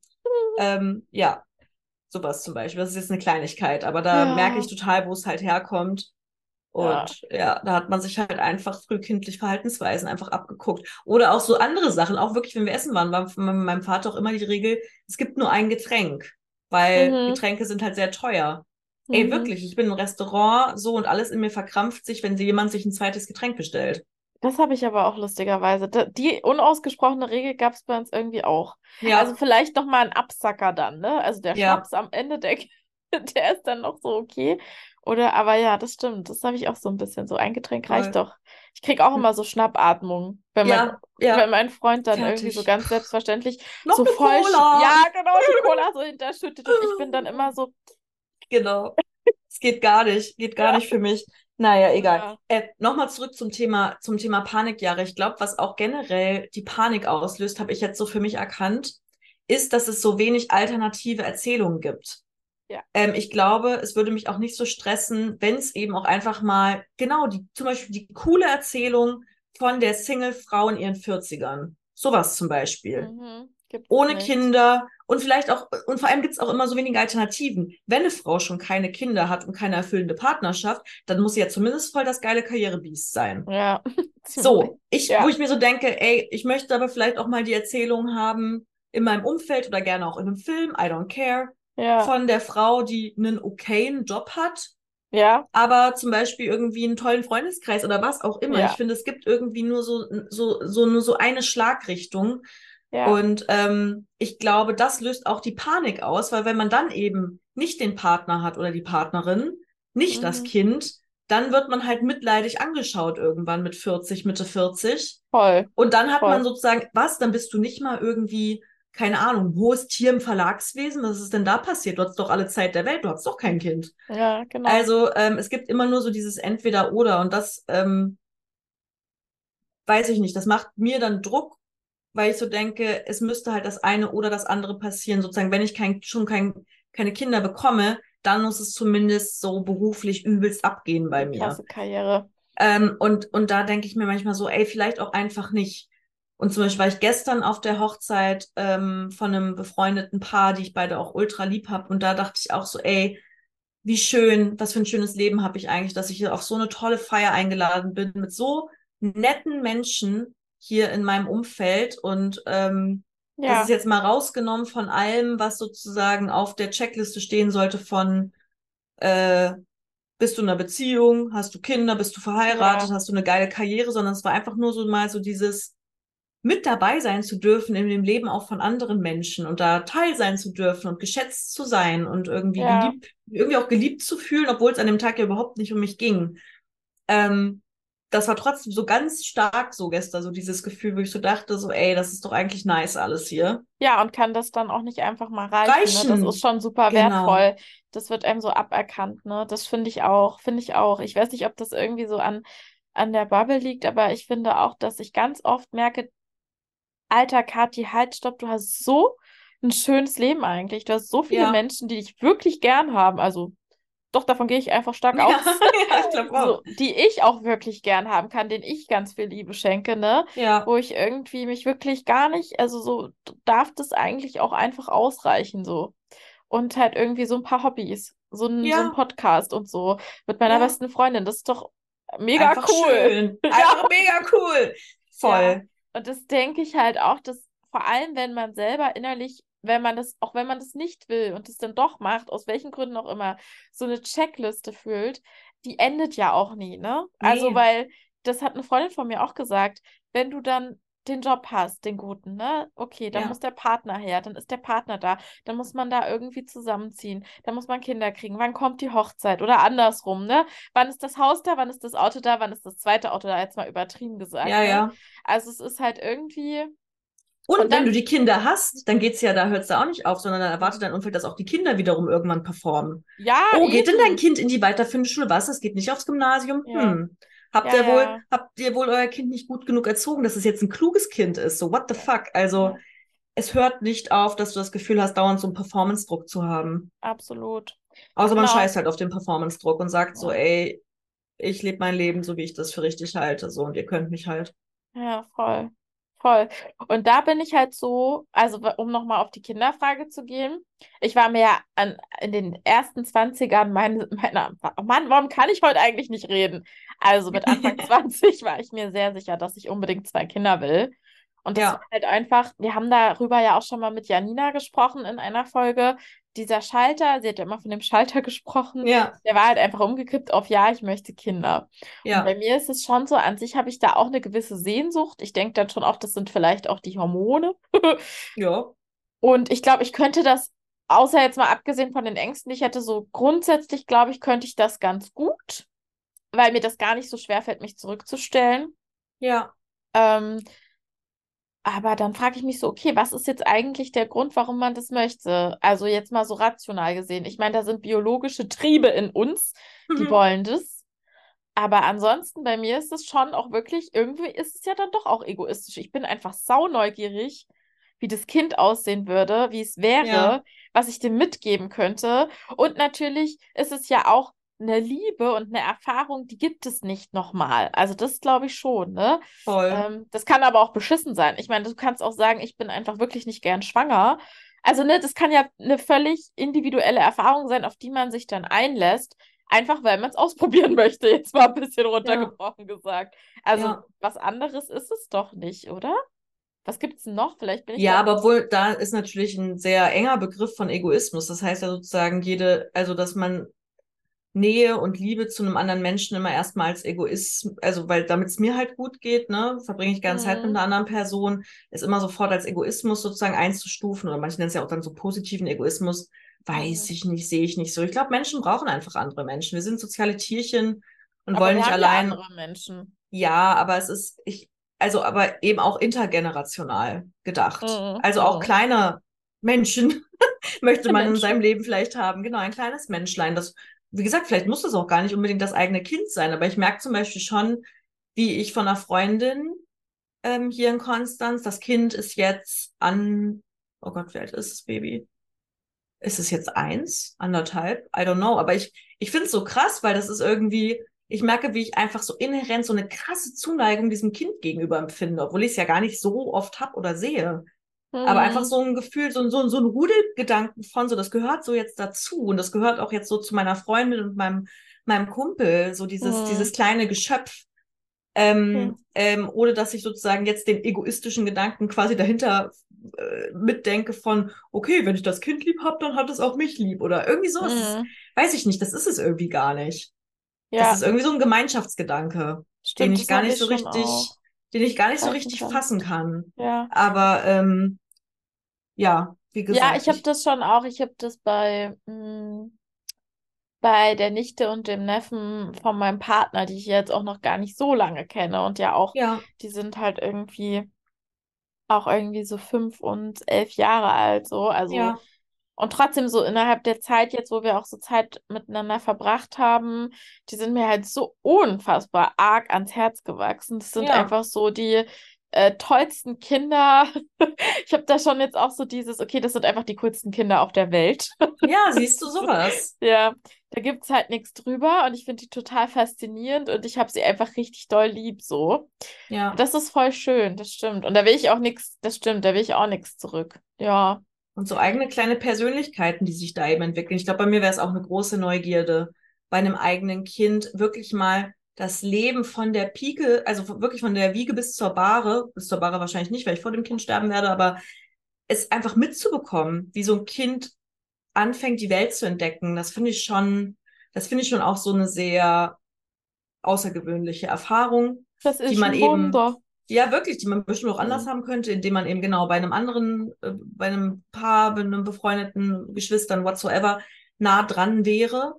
Ja, sowas zum Beispiel. Das ist jetzt eine Kleinigkeit, aber da merke ich Ja, total, wo es halt herkommt. ja. Und ja, da hat man sich halt einfach frühkindlich Verhaltensweisen einfach abgeguckt. Oder auch so andere Sachen, auch wirklich, wenn wir essen waren, war von meinem Vater auch immer die Regel, es gibt nur ein Getränk, weil Mhm. Getränke sind halt sehr teuer. Ey, Mhm. wirklich, ich bin im Restaurant so und alles in mir verkrampft sich, wenn jemand sich ein zweites Getränk bestellt. Das habe ich aber auch lustigerweise. Die unausgesprochene Regel gab es bei uns irgendwie auch. Also Ja, vielleicht noch mal ein Absacker dann, ne? Also der ja, Schnaps am Ende, der ist dann noch so okay. Oder, aber ja, das stimmt. Das habe ich auch so ein bisschen. So ein Getränk reicht voll. doch. Ich kriege auch immer so Schnappatmung, Ja, wenn ja, mein Freund dann irgendwie so fertig. ganz selbstverständlich Noch so eine voll, ja, Cola. genau, die Cola so hinterschüttet und ich bin dann immer so, Genau. Es geht gar nicht ja. für mich. Naja, egal. Ja. Nochmal zurück zum Thema Panikjahre. Ich glaube, was auch generell die Panik auslöst, habe ich jetzt so für mich erkannt, ist, dass es so wenig alternative Erzählungen gibt. Ja. Ich glaube, es würde mich auch nicht so stressen, wenn es eben auch einfach mal, genau, zum Beispiel die coole Erzählung von der Single-Frau in ihren Vierzigern. Sowas zum Beispiel. Gibt es Ohne nicht. Kinder und vielleicht auch, und vor allem gibt es auch immer so wenige Alternativen. Wenn eine Frau schon keine Kinder hat und keine erfüllende Partnerschaft, dann muss sie ja zumindest voll das geile Karrierebiest sein. Ja. So, wo Ja. ich mir so denke, ey, ich möchte aber vielleicht auch mal die Erzählung haben in meinem Umfeld oder gerne auch in einem Film, I don't care, Ja. von der Frau, die einen okayen Job hat, Ja. aber zum Beispiel irgendwie einen tollen Freundeskreis oder was auch immer. Ich Ja. finde, es gibt irgendwie nur so eine Schlagrichtung. Ja. Und ich glaube, das löst auch die Panik aus, weil wenn man dann eben nicht den Partner hat oder die Partnerin, nicht das Mhm. Kind, dann wird man halt mitleidig angeschaut irgendwann mit 40, Mitte 40. Voll. Und dann hat man Voll. sozusagen, was, dann bist du nicht mal irgendwie, keine Ahnung, ein hohes Tier im Verlagswesen. Was ist denn da passiert? Du hast doch alle Zeit der Welt, du hast doch kein Kind. Ja, genau. Also es gibt immer nur so dieses Entweder-Oder und das weiß ich nicht, das macht mir dann Druck, weil ich so denke, es müsste halt das eine oder das andere passieren. Sozusagen, wenn ich keine Kinder bekomme, dann muss es zumindest so beruflich übelst abgehen bei Die mir. krasse Karriere. Und da denke ich mir manchmal so, ey, vielleicht auch einfach nicht. Und zum Beispiel war ich gestern auf der Hochzeit von einem befreundeten Paar, die ich beide auch ultra lieb habe. Und da dachte ich auch so, ey, wie schön, was für ein schönes Leben habe ich eigentlich, dass ich hier auf so eine tolle Feier eingeladen bin mit so netten Menschen hier in meinem Umfeld. Und das ist Ja. jetzt mal rausgenommen von allem, was sozusagen auf der Checkliste stehen sollte von äh, bist du in einer Beziehung, hast du Kinder, bist du verheiratet, Ja. hast du eine geile Karriere, sondern es war einfach nur so mal so dieses mit dabei sein zu dürfen in dem Leben auch von anderen Menschen und da teil sein zu dürfen und geschätzt zu sein und Ja. irgendwie auch geliebt zu fühlen, obwohl es an dem Tag ja überhaupt nicht um mich ging. Ähm, Das war trotzdem so ganz stark so gestern, so dieses Gefühl, wo ich so dachte, so, ey, das ist doch eigentlich nice alles hier. Ja, und kann das dann auch nicht einfach mal reichen, ne? Das ist Reichen. schon super Genau. wertvoll. Das wird einem so aberkannt, ne? Das finde ich auch, finde ich auch. Ich weiß nicht, ob das irgendwie so an der Bubble liegt, aber ich finde auch, dass ich ganz oft merke, alter Kathi, halt, stopp, du hast so ein schönes Leben eigentlich. Du hast so viele Ja. Menschen, die dich wirklich gern haben. Also, doch, davon gehe ich einfach stark Ja, aus. ja, ich glaube auch. So, die ich auch wirklich gern haben kann, denen ich ganz viel Liebe schenke, ne? Ja. Wo ich irgendwie mich wirklich gar nicht, also so darf das eigentlich auch einfach ausreichen, so. Und halt irgendwie so ein paar Hobbys, so ein Ja. Podcast und so mit meiner Ja. besten Freundin. Das ist doch mega Einfach cool. schön. Ja, Einfach mega cool. ja. Voll. Und das denke ich halt auch, dass vor allem, wenn man selber innerlich, wenn man das, auch wenn man das nicht will und es dann doch macht, aus welchen Gründen auch immer, so eine Checkliste füllt, die endet ja auch nie, ne? Also, Nee. weil, das hat eine Freundin von mir auch gesagt, wenn du dann den Job hast, den guten, ne? Okay, dann muss Ja. der Partner her, dann ist der Partner da, dann muss man da irgendwie zusammenziehen, dann muss man Kinder kriegen, wann kommt die Hochzeit oder andersrum, ne? Wann ist das Haus da, wann ist das Auto da, wann ist das zweite Auto da, jetzt mal übertrieben gesagt, Ja, ne? ja. Also es ist halt irgendwie. Und Und wenn dann, du die Kinder hast, dann geht's ja, da hört's da auch nicht auf, sondern dann erwartet dein Umfeld, dass auch die Kinder wiederum irgendwann performen. ja, Oh, geht denn dein eben. Kind in die weiterführende Schule? Was? Es geht nicht aufs Gymnasium? Ja, ja, ja, Habt ihr wohl euer Kind nicht gut genug erzogen, dass es jetzt ein kluges Kind ist? So, what the ja, fuck? Also, ja, es hört nicht auf, dass du das Gefühl hast, dauernd so einen Performance-Druck zu haben. absolut. Außer man Genau. scheißt halt auf den Performance-Druck und sagt so, Ja, ey, ich lebe mein Leben so, wie ich das für richtig halte, so, und ihr könnt mich halt. ja, voll. Voll. Und da bin ich halt so, also um nochmal auf die Kinderfrage zu gehen, ich war mir ja in den ersten Zwanzigern meiner, oh Mann, warum kann ich heute eigentlich nicht reden? Also mit Anfang 20 war ich mir sehr sicher, dass ich unbedingt zwei Kinder will. Und das war Ja, halt einfach, wir haben darüber ja auch schon mal mit Janina gesprochen in einer Folge. Dieser Schalter, sie hat ja immer von dem Schalter gesprochen, ja, der war halt einfach umgekippt auf ja, ich möchte Kinder. Und bei ja, mir ist es schon so, an sich habe ich da auch eine gewisse Sehnsucht. Ich denke dann schon auch, das sind vielleicht auch die Hormone. ja. Und ich glaube, ich könnte das, außer jetzt mal abgesehen von den Ängsten, die ich hätte, so grundsätzlich, glaube ich, könnte ich das ganz gut, weil mir das gar nicht so schwer fällt, mich zurückzustellen. Ja. Ähm, aber dann frage ich mich so, okay, was ist jetzt eigentlich der Grund, warum man das möchte? Also jetzt mal so rational gesehen. Ich meine, da sind biologische Triebe in uns, die wollen das. Aber ansonsten bei mir ist es schon auch wirklich, irgendwie ist es ja dann doch auch egoistisch. Ich bin einfach sauneugierig, wie das Kind aussehen würde, wie es Ja, wäre, was ich dem mitgeben könnte. Und natürlich ist es ja auch eine Liebe und eine Erfahrung, die gibt es nicht nochmal. Also das glaube ich schon, ne? voll. Das kann aber auch beschissen sein. Ich meine, du kannst auch sagen, ich bin einfach wirklich nicht gern schwanger. Also, ne, das kann ja eine völlig individuelle Erfahrung sein, auf die man sich dann einlässt. Einfach weil man es ausprobieren möchte, jetzt mal ein bisschen Ja, runtergebrochen gesagt. Also, ja. was anderes ist es doch nicht, oder? Was gibt's denn noch? Vielleicht bin ich Ja, da auch aber nicht. obwohl da ist natürlich ein sehr enger Begriff von Egoismus. Das heißt ja sozusagen also dass man Nähe und Liebe zu einem anderen Menschen immer erstmal als Egoist, also weil damit es mir halt gut geht, ne, verbringe ich gerne Zeit mit Hm, einer anderen Person, ist immer sofort als Egoismus sozusagen einzustufen oder manche nennen es ja auch dann so positiven Egoismus, weiß hm. ich nicht, sehe ich nicht so. Ich glaube, Menschen brauchen einfach andere Menschen. Wir sind soziale Tierchen und Aber wollen wir nicht haben ja allein, andere Menschen. ja, aber aber eben auch intergenerational gedacht. Hm, Also auch hm. kleine Menschen möchte Der man in Menschen. seinem Leben vielleicht haben. Genau, ein kleines Menschlein. Das, wie gesagt, vielleicht muss das auch gar nicht unbedingt das eigene Kind sein, aber ich merke zum Beispiel schon, wie ich von einer Freundin hier in Konstanz, das Kind ist jetzt oh Gott, wie alt ist das Baby? Ist es jetzt 1, 1,5? I don't know. Aber ich finde es so krass, weil das ist irgendwie, ich merke, wie ich einfach so inhärent so eine krasse Zuneigung diesem Kind gegenüber empfinde, obwohl ich es ja gar nicht so oft hab oder sehe. Aber einfach Hm, so ein Gefühl, so ein Rudelgedanken von so, das gehört so jetzt dazu und das gehört auch jetzt so zu meiner Freundin und meinem Kumpel, so hm, dieses kleine Geschöpf, hm, ohne dass ich sozusagen jetzt den egoistischen Gedanken quasi dahinter mitdenke von, okay, wenn ich das Kind lieb habe, dann hat es auch mich lieb oder irgendwie so. hm. Weiß ich nicht, das ist es irgendwie gar nicht. Das ist Ja, irgendwie so ein Gemeinschaftsgedanke, den stimmt, ich das gar habe nicht ich so schon auch richtig, den ich gar nicht so greifen richtig können. fassen kann. Ja. Aber ja, wie Ja, gesagt, ich habe das schon auch. Ich habe das bei der Nichte und dem Neffen von meinem Partner, die ich jetzt auch noch gar nicht so lange kenne und ja auch, ja, die sind halt irgendwie auch irgendwie so 5 und 11 Jahre alt, so. Also, ja, und trotzdem so innerhalb der Zeit jetzt, wo wir auch so Zeit miteinander verbracht haben, die sind mir halt so unfassbar arg ans Herz gewachsen. Das sind ja, einfach so die tollsten Kinder. Ich habe da schon jetzt auch so dieses, okay, das sind einfach die coolsten Kinder auf der Welt. ja, siehst du Das ist so, sowas? ja, da gibt's halt nichts drüber und ich finde die total faszinierend und ich habe sie einfach richtig doll lieb so. Und Ja. das ist voll schön, das stimmt. Und da will ich auch nichts, das stimmt, da will ich auch nichts zurück. Ja. Und so eigene kleine Persönlichkeiten, die sich da eben entwickeln. Ich glaube, bei mir wäre es auch eine große Neugierde, bei einem eigenen Kind wirklich mal das Leben von der Pike, also wirklich von der Wiege bis zur Bahre wahrscheinlich nicht, weil ich vor dem Kind sterben werde, aber es einfach mitzubekommen, wie so ein Kind anfängt, die Welt zu entdecken, das finde ich schon auch so eine sehr außergewöhnliche Erfahrung, Das die ist man ein eben, Wunder. ja wirklich, die man bestimmt auch anders Mhm. haben könnte, indem man eben genau bei einem anderen, bei einem Paar, bei einem befreundeten Geschwistern, whatsoever, nah dran wäre.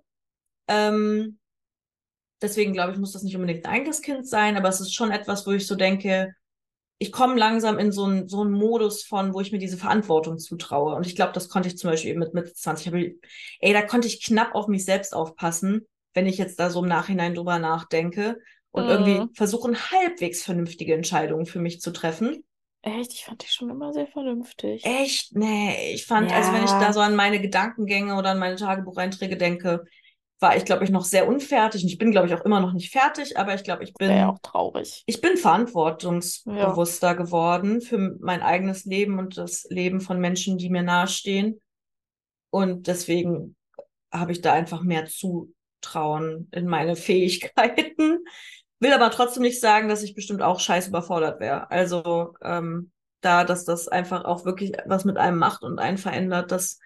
Ähm, deswegen glaube ich, muss das nicht unbedingt ein eigenes Kind sein, aber es ist schon etwas, wo ich so denke, ich komme langsam in so einen Modus von, wo ich mir diese Verantwortung zutraue. Und ich glaube, das konnte ich zum Beispiel eben mit Mitte 20. Ey, da konnte ich knapp auf mich selbst aufpassen, wenn ich jetzt da so im Nachhinein drüber nachdenke und irgendwie Mhm. versuchen, halbwegs vernünftige Entscheidungen für mich zu treffen. Echt, ich fand die schon immer sehr vernünftig. Echt? Nee, ich fand, also wenn ich da Ja, so an meine Gedankengänge oder an meine Tagebucheinträge denke, war ich, glaube ich, noch sehr unfertig. Und ich bin, glaube ich, auch immer noch nicht fertig, aber ich glaube, das wäre ja auch traurig. ich bin Ja. verantwortungsbewusster geworden für mein eigenes Leben und das Leben von Menschen, die mir nahestehen. Und deswegen habe ich da einfach mehr Zutrauen in meine Fähigkeiten. Will aber trotzdem nicht sagen, dass ich bestimmt auch scheiß überfordert wäre. Also dass das einfach auch wirklich was mit einem macht und einen verändert, das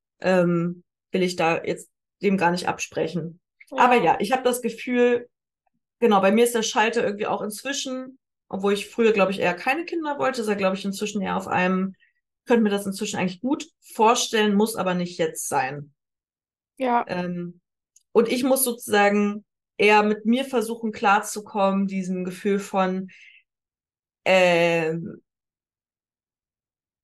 will ich da jetzt dem gar nicht absprechen. Aber Ja. ja, ich habe das Gefühl, genau, bei mir ist der Schalter irgendwie auch inzwischen, obwohl ich früher, glaube ich, eher keine Kinder wollte, ist er, glaube ich, inzwischen eher auf einem, könnte mir das inzwischen eigentlich gut vorstellen, muss aber nicht jetzt sein. Ja. Ähm, und ich muss sozusagen eher mit mir versuchen klarzukommen, diesem Gefühl von, äh,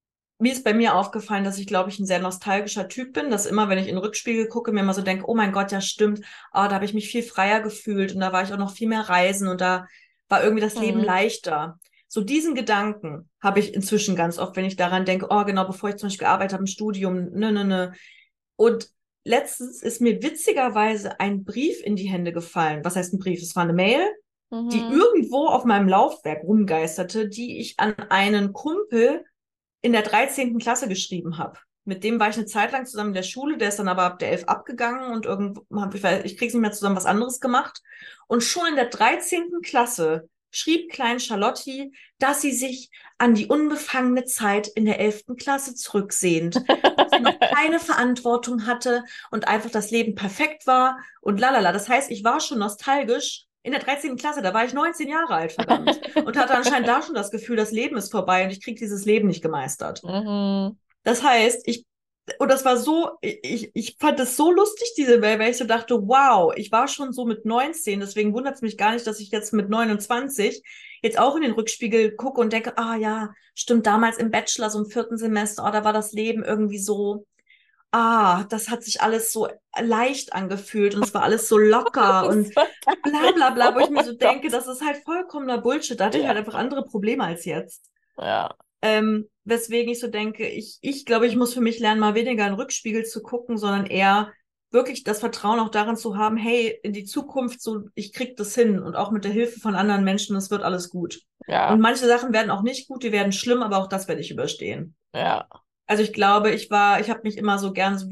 mir ist bei mir aufgefallen, dass ich, glaube ich, ein sehr nostalgischer Typ bin, dass immer, wenn ich in den Rückspiegel gucke, mir immer so denke, oh mein Gott, ja stimmt, da habe ich mich viel freier gefühlt und da war ich auch noch viel mehr reisen und da war irgendwie das Leben Mhm. leichter. So diesen Gedanken habe ich inzwischen ganz oft, wenn ich daran denke, oh genau, bevor ich zum Beispiel gearbeitet habe im Studium, ne. Und letztens ist mir witzigerweise ein Brief in die Hände gefallen. Was heißt ein Brief? Es war eine Mail, die Mhm. irgendwo auf meinem Laufwerk rumgeisterte, die ich an einen Kumpel in der 13. Klasse geschrieben habe. Mit dem war ich eine Zeit lang zusammen in der Schule, der ist dann aber ab der 11 abgegangen und irgendwo, ich krieg's nicht mehr zusammen, was anderes gemacht. Und schon in der 13. Klasse schrieb Klein Charlotti, dass sie sich an die unbefangene Zeit in der 11. Klasse zurücksehnt, dass sie noch keine Verantwortung hatte und einfach das Leben perfekt war und lalala. Das heißt, ich war schon nostalgisch in der 13. Klasse, da war ich 19 Jahre alt, verdammt. Und hatte anscheinend da schon das Gefühl, das Leben ist vorbei und ich kriege dieses Leben nicht gemeistert. Mhm. Das heißt, und das war so, ich fand es so lustig, diese Mail, weil ich so dachte, wow, ich war schon so mit 19, deswegen wundert es mich gar nicht, dass ich jetzt mit 29 jetzt auch in den Rückspiegel gucke und denke, ah ja, stimmt, damals im Bachelor, so im 4. Semester, da war das Leben irgendwie so, das hat sich alles so leicht angefühlt und es war alles so locker Das und war bla wirklich bla bla, wo so, ich mir oh so Gott. denke, das ist halt vollkommener Bullshit. Da hatte ich halt Ja, einfach andere Probleme als jetzt. ja, Weswegen ich so denke, ich glaube, ich muss für mich lernen, mal weniger in den Rückspiegel zu gucken, sondern eher wirklich das Vertrauen auch darin zu haben, hey, in die Zukunft, so, ich krieg das hin und auch mit der Hilfe von anderen Menschen, es wird alles gut. Und ja, manche Sachen werden auch nicht gut, die werden schlimm, aber auch das werde ich überstehen. ja. Also ich glaube, ich habe mich immer so gern so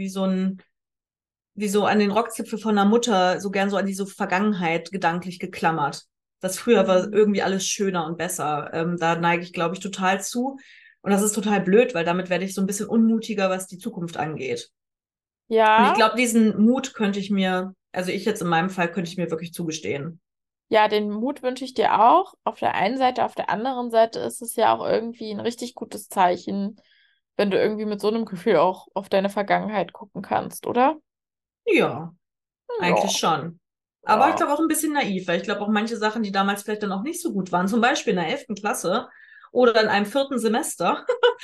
wie so an den Rockzipfel von einer Mutter, so gern so an diese Vergangenheit gedanklich geklammert. Das früher war Mhm. irgendwie alles schöner und besser. Da neige ich, glaube ich, total zu. Und das ist total blöd, weil damit werde ich so ein bisschen unmutiger, was die Zukunft angeht. Und ich Ja, glaube, diesen Mut könnte ich mir, also ich jetzt in meinem Fall, könnte ich mir wirklich zugestehen. ja, den Mut wünsche ich dir auch. Auf der einen Seite, auf der anderen Seite ist es ja auch irgendwie ein richtig gutes Zeichen, wenn du irgendwie mit so einem Gefühl auch auf deine Vergangenheit gucken kannst, oder? Ja, eigentlich Ja, schon. Aber ich ja. glaube auch ein bisschen naiv, weil ich glaube auch manche Sachen, die damals vielleicht dann auch nicht so gut waren, zum Beispiel in der 11. Klasse oder in einem 4. Semester,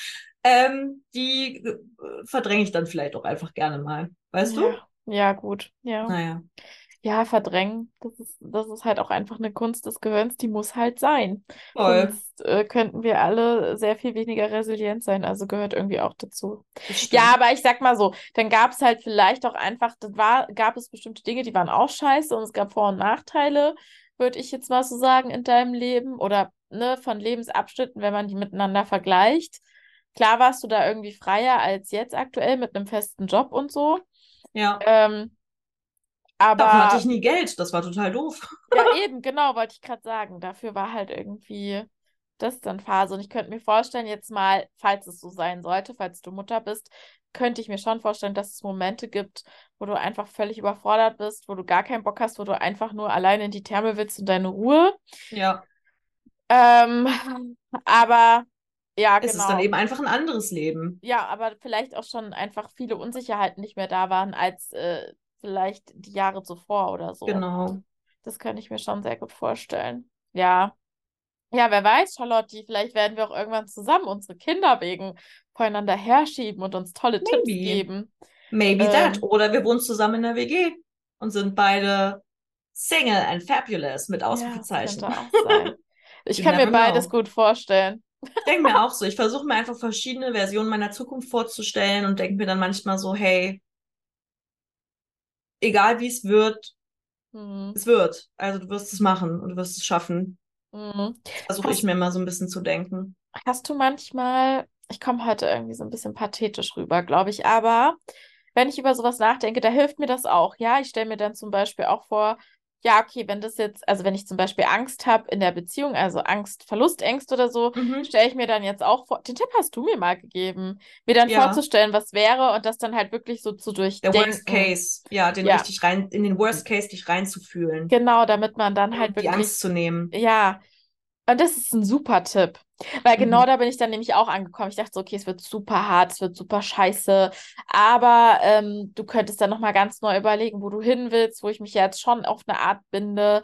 die verdränge ich dann vielleicht auch einfach gerne mal. Weißt du? Ja, ja, gut. Ja. Naja, Ja, verdrängen. Das ist halt auch einfach eine Kunst des Gehirns, die muss halt sein. voll. Sonst könnten wir alle sehr viel weniger resilient sein. Also gehört irgendwie auch dazu. Das Ja, stimmt. aber ich sag mal so, dann gab es halt vielleicht auch einfach, gab es bestimmte Dinge, die waren auch scheiße und es gab Vor- und Nachteile, würde ich jetzt mal so sagen, in deinem Leben oder ne, von Lebensabschnitten, wenn man die miteinander vergleicht. Klar warst du da irgendwie freier als jetzt aktuell mit einem festen Job und so. Ja. Ähm, Dafür hatte aber ich nie Geld. Das war total doof. ja, eben, genau, wollte ich gerade sagen. Dafür war halt irgendwie das dann Phase. Und ich könnte mir vorstellen, jetzt mal, falls es so sein sollte, falls du Mutter bist, könnte ich mir schon vorstellen, dass es Momente gibt, wo du einfach völlig überfordert bist, wo du gar keinen Bock hast, wo du einfach nur alleine in die Therme willst und deine Ruhe. Ja. Ähm, aber ja, Es ist dann genau. eben einfach ein anderes Leben. Ja, aber vielleicht auch schon einfach viele Unsicherheiten nicht mehr da waren als vielleicht die Jahre zuvor oder so. Genau. Das kann ich mir schon sehr gut vorstellen. Ja. Ja, wer weiß, Charlotte, vielleicht werden wir auch irgendwann zusammen unsere Kinder wegen voreinander herschieben und uns tolle Tipps Maybe. geben. Maybe that. Ähm, Oder wir wohnen zusammen in der WG und sind beide Single and fabulous mit ja, das Ausrufezeichen. könnte auch sein. Ich You kann mir never beides know. gut vorstellen. Ich denke mir auch so, ich versuche mir einfach verschiedene Versionen meiner Zukunft vorzustellen und denke mir dann manchmal so, hey, egal wie Hm, es wird. Also du wirst es machen und du wirst es schaffen. hm. Das versuche ich Hast, mir immer so ein bisschen zu denken. hast du manchmal, ich komme heute irgendwie so ein bisschen pathetisch rüber, glaube ich, aber wenn ich über sowas nachdenke, da hilft mir das auch. Ja, ich stelle mir dann zum Beispiel auch vor, ja, okay, wenn das jetzt, also wenn ich zum Beispiel Angst habe in der Beziehung, also Angst, Verlustängste oder so, Mhm. stelle ich mir dann jetzt auch vor, den Tipp hast du mir mal gegeben, mir dann Ja, vorzustellen, was wäre und das dann halt wirklich so zu der Worst durchdenken. Case. Ja, den Ja, richtig rein, in den Worst Case dich reinzufühlen genau, damit man dann halt und die wirklich, Angst zu nehmen. ja. Und das ist ein super Tipp. Weil genau Mhm. da bin ich dann nämlich auch angekommen. Ich dachte so, okay, es wird super hart, es wird super scheiße. Aber du könntest dann nochmal ganz neu überlegen, wo du hin willst, wo ich mich ja jetzt schon auf eine Art binde.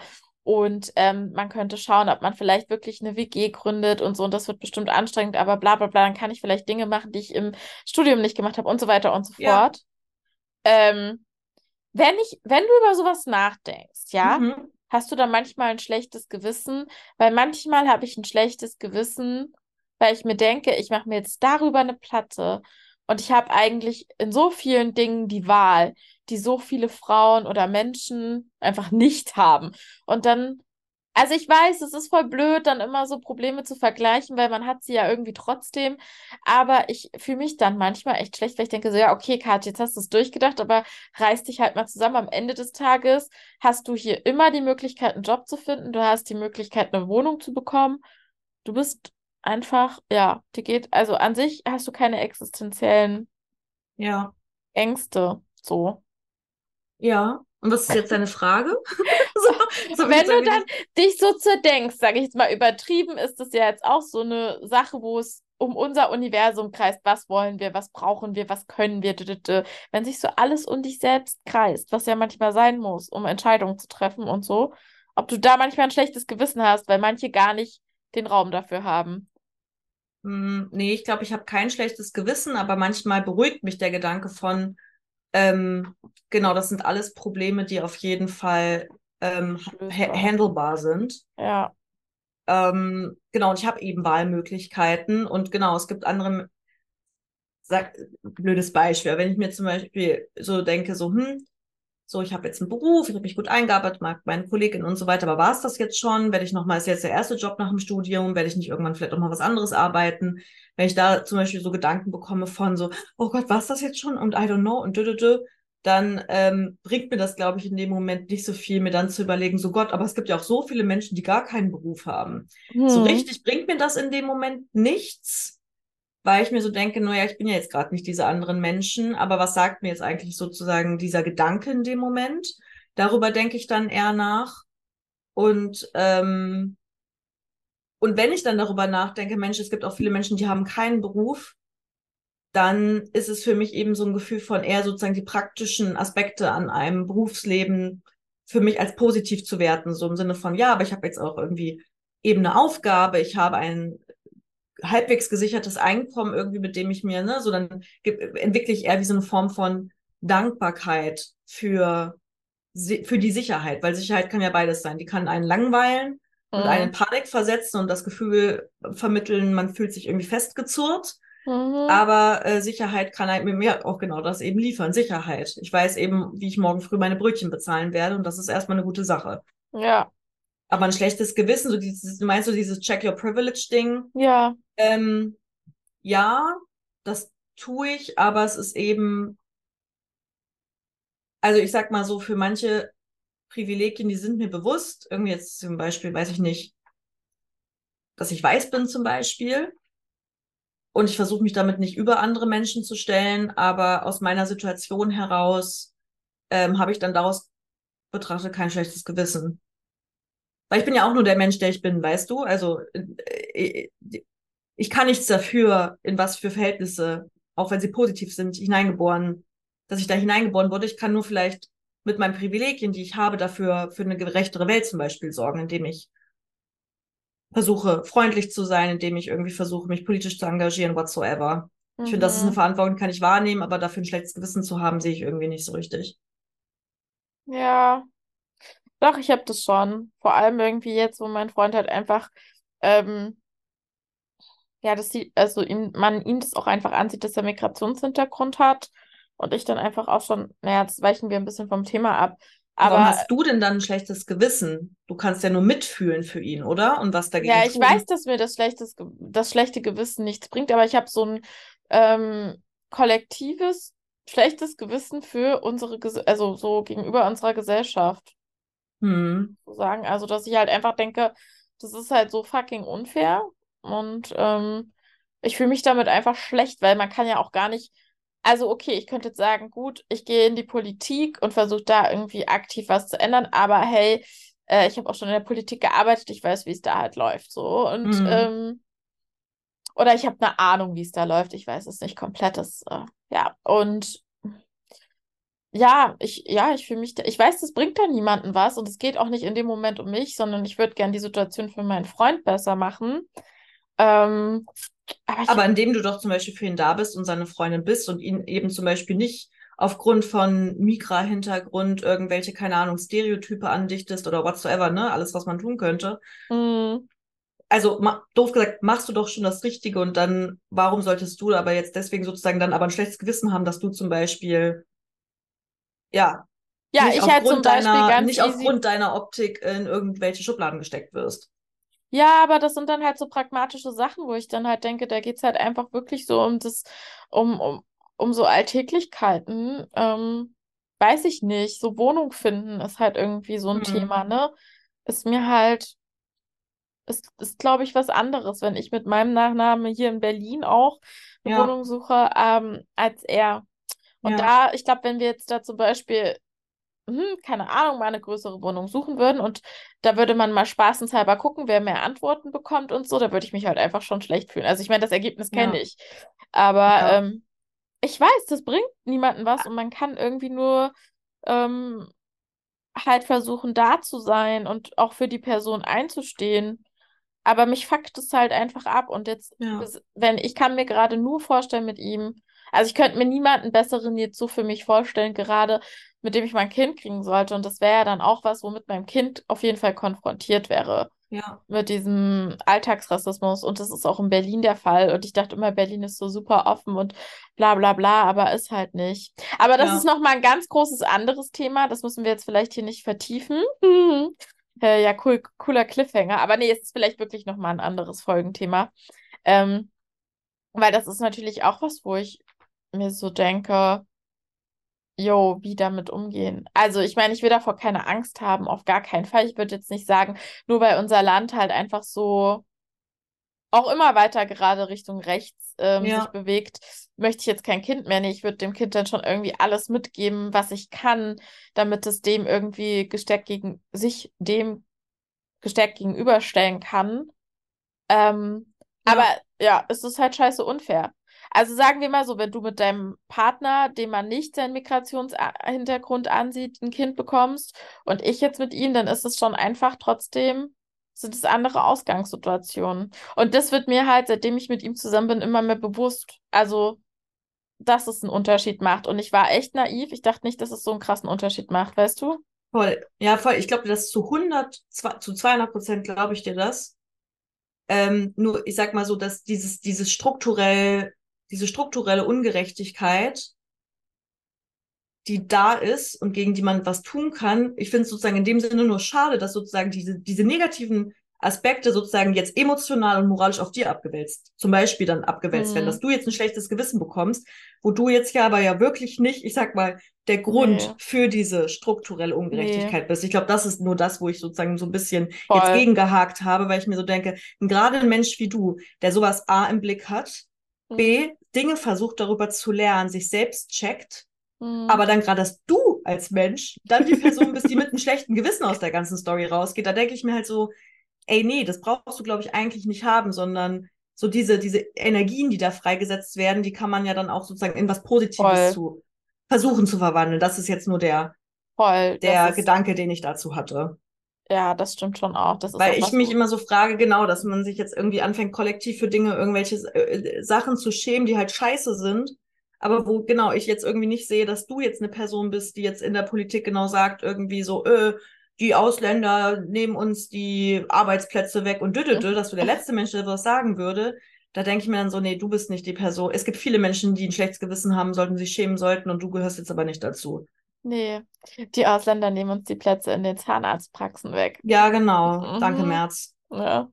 Und man könnte schauen, ob man vielleicht wirklich eine WG gründet und so. Und das wird bestimmt anstrengend, aber bla bla bla. Dann kann ich vielleicht Dinge machen, die ich im Studium nicht gemacht habe und so weiter und so Ja. fort. Ähm, wenn du über sowas nachdenkst, ja, Mhm. hast du da manchmal ein schlechtes Gewissen? Weil manchmal habe ich ein schlechtes Gewissen, weil ich mir denke, ich mache mir jetzt darüber eine Platte und ich habe eigentlich in so vielen Dingen die Wahl, die so viele Frauen oder Menschen einfach nicht haben. Und dann also ich weiß, es ist voll blöd, dann immer so Probleme zu vergleichen, weil man hat sie ja irgendwie trotzdem. Aber ich fühle mich dann manchmal echt schlecht, weil ich denke so, ja, okay, Kat, jetzt hast du es durchgedacht, aber reiß dich halt mal zusammen. Am Ende des Tages hast du hier immer die Möglichkeit, einen Job zu finden. Du hast die Möglichkeit, eine Wohnung zu bekommen. Du bist einfach, ja, dir geht, also an sich hast du keine existenziellen Ja. Ängste. So. Ja. Und was ist jetzt deine Frage? So habe ich Wenn jetzt du irgendwie dann nicht. dich so zerdenkst, sage ich jetzt mal übertrieben, ist das ja jetzt auch so eine Sache, wo es um unser Universum kreist. Was wollen wir, was brauchen wir, was können wir? Wenn sich so alles um dich selbst kreist, was ja manchmal sein muss, um Entscheidungen zu treffen und so, ob du da manchmal ein schlechtes Gewissen hast, weil manche gar nicht den Raum dafür haben. Nee, ich glaube, ich habe kein schlechtes Gewissen, aber manchmal beruhigt mich der Gedanke von, genau, das sind alles Probleme, die auf jeden Fall Lösbar. handelbar sind. Ja. Genau, und ich habe eben Wahlmöglichkeiten und genau, es gibt andere, blödes Beispiel, wenn ich mir zum Beispiel so denke, so, so, ich habe jetzt einen Beruf, ich habe mich gut eingearbeitet, mag meine Kollegin und so weiter, aber war es das jetzt schon? Werde ich nochmal, ist jetzt der erste Job nach dem Studium, werde ich nicht irgendwann vielleicht auch mal was anderes arbeiten? Wenn ich da zum Beispiel so Gedanken bekomme von so, oh Gott, war es das jetzt schon? Und I don't know und dann bringt mir das, glaube ich, in dem Moment nicht so viel, mir dann zu überlegen, so Gott, aber es gibt ja auch so viele Menschen, die gar keinen Beruf haben. So Hm. richtig bringt mir das in dem Moment nichts, weil ich mir so denke, naja, ich bin ja jetzt gerade nicht diese anderen Menschen, aber was sagt mir jetzt eigentlich sozusagen dieser Gedanke in dem Moment? Darüber denke ich dann eher nach. Und, und wenn ich dann darüber nachdenke, Mensch, es gibt auch viele Menschen, die haben keinen Beruf, dann ist es für mich eben so ein Gefühl von eher sozusagen die praktischen Aspekte an einem Berufsleben für mich als positiv zu werten, so im Sinne von, ja, aber ich habe jetzt auch irgendwie eben eine Aufgabe, ich habe ein halbwegs gesichertes Einkommen irgendwie, mit dem ich mir, ne, so dann entwickle ich eher wie so eine Form von Dankbarkeit für die Sicherheit, weil Sicherheit kann ja beides sein. Die kann einen langweilen und einen in Hm. Panik versetzen und das Gefühl vermitteln, man fühlt sich irgendwie festgezurrt. Mhm. Aber Sicherheit kann halt mir auch genau das eben liefern. Sicherheit. Ich weiß eben, wie ich morgen früh meine Brötchen bezahlen werde und das ist erstmal eine gute Sache. Ja. Aber ein schlechtes Gewissen, so dieses, du meinst so dieses Check Your Privilege-Ding, Ja. ähm, ja, das tue ich, aber es ist eben, also ich sag mal so, für manche Privilegien, die sind mir bewusst. Irgendwie jetzt zum Beispiel, weiß ich nicht, dass ich weiß bin zum Beispiel. Und ich versuche mich damit nicht über andere Menschen zu stellen, aber aus meiner Situation heraus habe ich dann daraus betrachtet kein schlechtes Gewissen. Weil ich bin ja auch nur der Mensch, der ich bin, weißt du? Also ich kann nichts dafür, in was für Verhältnisse, auch wenn sie positiv sind, hineingeboren, dass ich da hineingeboren wurde. Ich kann nur vielleicht mit meinen Privilegien, die ich habe, dafür für eine gerechtere Welt zum Beispiel sorgen, indem ich versuche, freundlich zu sein, indem ich irgendwie versuche, mich politisch zu engagieren, whatsoever. Ich finde, das ist eine Mhm. Verantwortung, die kann ich wahrnehmen, aber dafür ein schlechtes Gewissen zu haben, sehe ich irgendwie nicht so richtig. Ja. Doch, ich habe das schon. Vor allem irgendwie jetzt, wo mein Freund halt einfach, ähm, ja, das sieht, also man ihm das auch einfach ansieht, dass er Migrationshintergrund hat. Und ich dann einfach auch schon, naja, jetzt weichen wir ein bisschen vom Thema ab. Warum Aber hast du denn dann ein schlechtes Gewissen? Du kannst ja nur mitfühlen für ihn, oder? Und was dagegen ja, ich weiß, tun. dass mir das schlechte Gewissen nichts bringt, aber ich habe so ein kollektives schlechtes Gewissen für also so gegenüber unserer Gesellschaft. Hm. So sagen. Also, dass ich halt einfach denke, das ist halt so fucking unfair. Und ich fühle mich damit einfach schlecht, weil man kann ja auch gar nicht. Also, okay, ich könnte jetzt sagen, gut, ich gehe in die Politik und versuche da irgendwie aktiv was zu ändern, aber hey, ich habe auch schon in der Politik gearbeitet, ich weiß, wie es da halt läuft, so. Und, Hm. oder ich habe eine Ahnung, wie es da läuft, ich weiß es nicht komplett, ja. Und ich fühle mich, ich weiß, das bringt da niemandem was und es geht auch nicht in dem Moment um mich, sondern ich würde gern die Situation für meinen Freund besser machen. Ähm, aber ich, Aber indem du doch zum Beispiel für ihn da bist und seine Freundin bist und ihn eben zum Beispiel nicht aufgrund von Migra-Hintergrund irgendwelche, keine Ahnung, Stereotype andichtest oder whatsoever, ne? Alles, was man tun könnte. mh, Also, doof gesagt, machst du doch schon das Richtige und dann, warum solltest du aber jetzt deswegen sozusagen dann aber ein schlechtes Gewissen haben, dass du zum Beispiel, ja, ja, ich halt zum Beispiel ganz nicht easy. aufgrund deiner Optik in irgendwelche Schubladen gesteckt wirst? Ja, aber das sind dann halt so pragmatische Sachen, wo ich dann halt denke, da geht's halt einfach wirklich so um um, um, um so Alltäglichkeiten. Weiß ich nicht. So Wohnung finden ist halt irgendwie so ein Hm. Thema, ne? Ist mir halt, ist glaube ich, was anderes, wenn ich mit meinem Nachnamen hier in Berlin auch eine Ja, Wohnung suche, als er. Und ja, da, ich glaube, wenn wir jetzt da zum Beispiel keine Ahnung, mal eine größere Wohnung suchen würden und da würde man mal spaßenshalber gucken, wer mehr Antworten bekommt und so, da würde ich mich halt einfach schon schlecht fühlen. Also ich meine, das Ergebnis kenne ja, ich, aber ja, ich weiß, das bringt niemandem was und man kann irgendwie nur ähm, halt versuchen, da zu sein und auch für die Person einzustehen. Aber mich fuckt es halt einfach ab. Und jetzt, ja, wenn ich kann mir gerade nur vorstellen mit ihm, also ich könnte mir niemanden besseren jetzt so für mich vorstellen, gerade mit dem ich mein Kind kriegen sollte. Und das wäre ja dann auch was, womit mein Kind auf jeden Fall konfrontiert wäre. ja, Mit diesem Alltagsrassismus. Und das ist auch in Berlin der Fall. Und ich dachte immer, Berlin ist so super offen und bla bla bla, aber ist halt nicht. Aber das ist ja. nochmal ein ganz großes anderes Thema. Das müssen wir jetzt vielleicht hier nicht vertiefen. Ja, cool, cooler Cliffhanger. Aber nee, es ist vielleicht wirklich nochmal ein anderes Folgenthema. Ähm, weil das ist natürlich auch was, wo ich mir so denke, jo, wie damit umgehen. Also ich meine, ich will davor keine Angst haben, auf gar keinen Fall. Ich würde jetzt nicht sagen, nur weil unser Land halt einfach so auch immer weiter gerade Richtung rechts sich Ja, bewegt, möchte ich jetzt kein Kind mehr. Nee, ich würde dem Kind dann schon irgendwie alles mitgeben, was ich kann, damit es dem irgendwie sich dem gestärkt gegenüberstellen kann. Aber ja, ja, es ist halt scheiße unfair. Also sagen wir mal so, wenn du mit deinem Partner, dem man nicht seinen Migrationshintergrund ansieht, ein Kind bekommst und ich jetzt mit ihm, dann ist es schon einfach trotzdem, sind es andere Ausgangssituationen. Und das wird mir halt, seitdem ich mit ihm zusammen bin, immer mehr bewusst. Also, dass es einen Unterschied macht. Und ich war echt naiv. Ich dachte nicht, dass es so einen krassen Unterschied macht, weißt du? voll. Ja, voll. Ich glaube dir das zu 200% glaube ich dir das. Nur, ich sag mal so, dass diese strukturelle Ungerechtigkeit, die da ist und gegen die man was tun kann, ich finde es sozusagen in dem Sinne nur schade, dass sozusagen diese negativen Aspekte sozusagen jetzt emotional und moralisch auf dir abgewälzt, zum Beispiel dann abgewälzt werden, dass Hm, du jetzt ein schlechtes Gewissen bekommst, wo du jetzt ja aber ja wirklich nicht, ich sag mal, der nee, Grund für diese strukturelle nee, Ungerechtigkeit bist. Ich glaube, das ist nur das, wo ich sozusagen so ein bisschen jetzt voll. gegengehakt habe, weil ich mir so denke, gerade ein Mensch wie du, der sowas A im Blick hat, Hm, B, Dinge versucht darüber zu lernen, sich selbst checkt, hm. aber dann gerade, dass du als Mensch dann die Person bist, die mit einem schlechten Gewissen aus der ganzen Story rausgeht, da denke ich mir halt so, ey, nee, das brauchst du, glaube ich, eigentlich nicht haben, sondern so diese Energien, die da freigesetzt werden, die kann man ja dann auch sozusagen in was Positives Voll, zu versuchen zu verwandeln. Das ist jetzt nur voll. Das der ist, Gedanke, den ich dazu hatte. ja, das stimmt schon auch. Das ist Weil auch ich was, mich wo, immer so frage, genau, dass man sich jetzt irgendwie anfängt, kollektiv für Dinge, irgendwelche Sachen zu schämen, die halt scheiße sind. Aber wo genau ich jetzt irgendwie nicht sehe, dass du jetzt eine Person bist, die jetzt in der Politik genau sagt, irgendwie so, die Ausländer nehmen uns die Arbeitsplätze weg und düdüdü, dass du der letzte Mensch, der was sagen würde. Da denke ich mir dann so, nee, du bist nicht die Person. Es gibt viele Menschen, die ein schlechtes Gewissen haben sollten, sich schämen sollten und du gehörst jetzt aber nicht dazu. nee, die Ausländer nehmen uns die Plätze in den Zahnarztpraxen weg. Ja, genau. Danke, Mhm. Merz. Ja.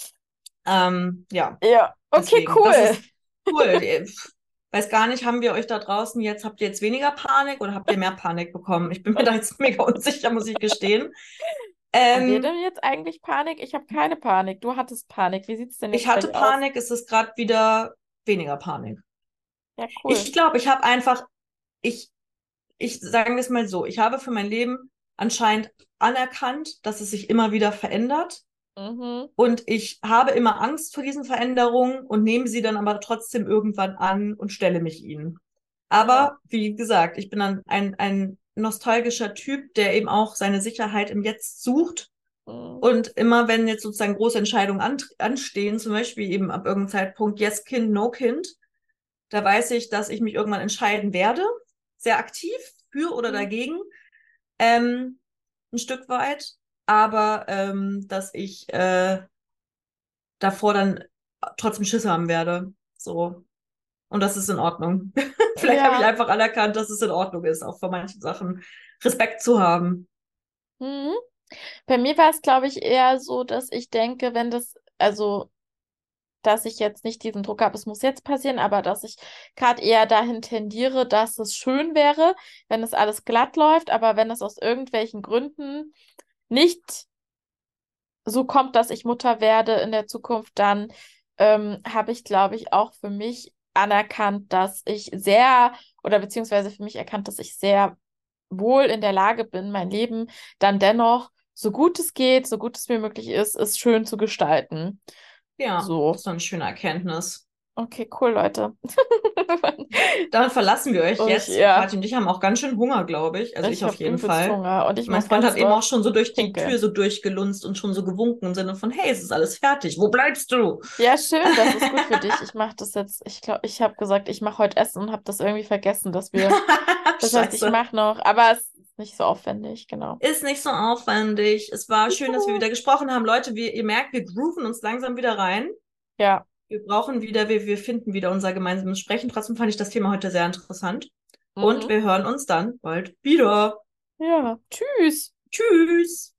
Ja. Ja, okay, Deswegen, das cool. ist cool. Weiß gar nicht, habt ihr jetzt weniger Panik oder habt ihr mehr Panik bekommen? Ich bin mir da jetzt mega unsicher, muss ich gestehen. Haben wir Ähm, denn jetzt eigentlich Panik? Ich habe keine Panik. Du hattest Panik. Wie sieht's denn Ich jetzt bei hatte dir aus? Panik, es ist gerade wieder weniger Panik. Ja, cool. Ich glaube, ich habe einfach, ich, ich sagen wir es mal so, ich habe für mein Leben anscheinend anerkannt, dass es sich immer wieder verändert. Mhm. Und ich habe immer Angst vor diesen Veränderungen und nehme sie dann aber trotzdem irgendwann an und stelle mich ihnen. Aber wie gesagt, ich bin dann ein nostalgischer Typ, der eben auch seine Sicherheit im Jetzt sucht. Mhm. Und immer wenn jetzt sozusagen große Entscheidungen anstehen, zum Beispiel eben ab irgendeinem Zeitpunkt, yes, Kind, no Kind, da weiß ich, dass ich mich irgendwann entscheiden werde, sehr aktiv für oder Mhm. dagegen, ein Stück weit, aber dass ich davor dann trotzdem Schiss haben werde. So. Und das ist in Ordnung. Vielleicht habe ich Ja. einfach anerkannt, dass es in Ordnung ist, auch vor manchen Sachen Respekt zu haben. Mhm. Bei mir war es, glaube ich, eher so, dass ich denke, wenn das, also, dass ich jetzt nicht diesen Druck habe, es muss jetzt passieren, aber dass ich gerade eher dahin tendiere, dass es schön wäre, wenn es alles glatt läuft, aber wenn es aus irgendwelchen Gründen nicht so kommt, dass ich Mutter werde in der Zukunft, dann habe ich, glaube ich, auch für mich anerkannt, dass ich sehr, oder beziehungsweise für mich erkannt, dass ich sehr wohl in der Lage bin, mein Leben dann dennoch, so gut es geht, so gut es mir möglich ist, es schön zu gestalten. Ja, das So. ist doch eine schöne Erkenntnis. Okay, cool, Leute. Damit verlassen wir euch jetzt. Ja, Kathi und ich haben auch ganz schön Hunger, glaube ich. Also ich ich auf habe jeden übelst Fall. Hunger und ich Mein muss Freund ganz hat eben doll auch schon so durch die Tür pinkeln. so durchgelunzt und schon so gewunken im Sinne von, hey, es ist alles fertig. Wo bleibst du? Ja, schön, das ist gut für dich. Ich mache das jetzt, ich glaube, ich habe gesagt, ich mache heute Essen und habe das irgendwie vergessen, dass wir, das heißt, ich Scheiße. mache noch, aber es ist nicht so aufwendig, genau. Ist nicht so aufwendig. Es war schön, dass wir wieder gesprochen haben. Leute, ihr merkt, wir grooven uns langsam wieder rein. Ja. Wir finden wieder unser gemeinsames Sprechen. Trotzdem fand ich das Thema heute sehr interessant. Und Mhm. wir hören uns dann bald wieder. Ja, tschüss. Tschüss.